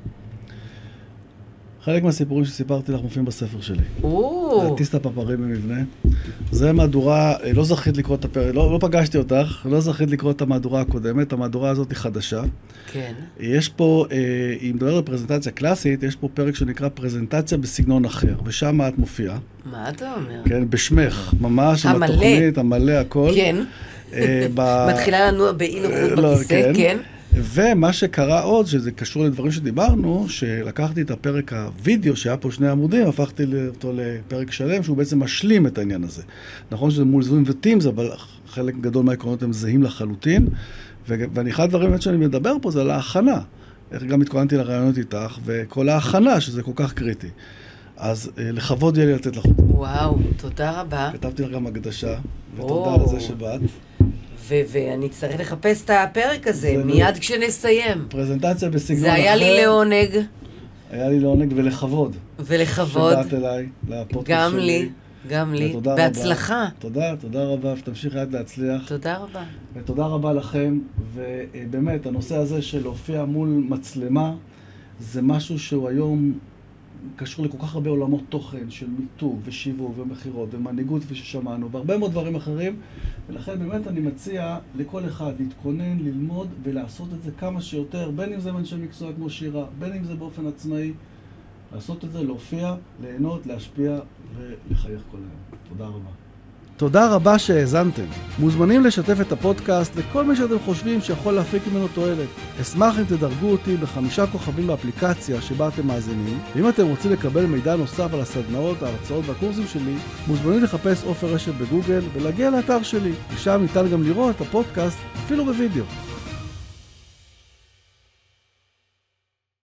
חלק מהסיפורים שסיפרתי לך מופיעים בספר שלי. להטיס את הפפרים במבנה. זה מהדורה, לא זכית לקרוא את הפרק, לא, לא פגשתי אותך, לא זכית לקרוא את המהדורה הקודמת, המהדורה הזאת היא חדשה. כן. יש פה, אם מדבר על פרזנטציה קלאסית, יש פה פרק שנקרא פרזנטציה בסגנון אחר, ושם את מופיעה. מה אתה אומר? כן, בשמך, ממש, עם התוכנית, המלא, הכל. כן. מתחילה לנוע באי נוחות בכיסא, כן. ומה שקרה עוד, שזה קשור לדברים שדיברנו, שלקחתי את הפרק הווידאו שהיה פה שני עמודים, הפכתי אותו לפרק שלם, שהוא בעצם משלים את העניין הזה. נכון שזה מול זום וטימס, אבל חלק גדול מהעקרונות הם זהים לחלוטין, ואני אחד הדברים באמת שאני מדבר פה זה על ההכנה. איך גם התכוננתי לרעיונות איתך, וכל ההכנה, שזה כל כך קריטי. אז לכבוד יהיה לי לתת לך. וואו, תודה רבה. כתבתי לך גם הקדשה, ותודה על זה שבאת. ואני צריך לחפש את הפרק הזה, מיד כשנסיים. פרזנטציה בסגנון אחר. זה היה לי לעונג. היה לי לעונג ולכבוד. ולכבוד. שבאת אליי, לפודקאסט שלי. גם לי, גם לי. בהצלחה. תודה, תודה רבה, שתמשיך יד להצליח. תודה רבה. ותודה רבה לכם, ובאמת, הנושא הזה של להופיע מול מצלמה, זה משהו שהוא היום קשור לכל כך הרבה עולמות תוכן של מיתוג ושיווק ומחירות ומנהיגות וששמענו והרבה מאוד דברים אחרים, ולכן באמת אני מציע לכל אחד להתכונן, ללמוד ולעשות את זה כמה שיותר, בין אם זה אנשי מקצוע כמו שירה, בין אם זה באופן עצמאי, לעשות את זה, להופיע, ליהנות, להשפיע ולחייך כל היום. תודה רבה. תודה רבה שהאזנתם. מוזמנים לשתף את הפודקאסט לכל מי שאתם חושבים שיכול להפיק ממנו תועלת. אשמח אם תדרגו אותי בחמישה כוכבים באפליקציה שבה אתם מאזינים, ואם אתם רוצים לקבל מידע נוסף על הסדנאות, ההרצאות והקורסים שלי, מוזמנים לחפש עופר רשף בגוגל ולהגיע לאתר שלי. ושם ניתן גם לראות את הפודקאסט אפילו בווידאו.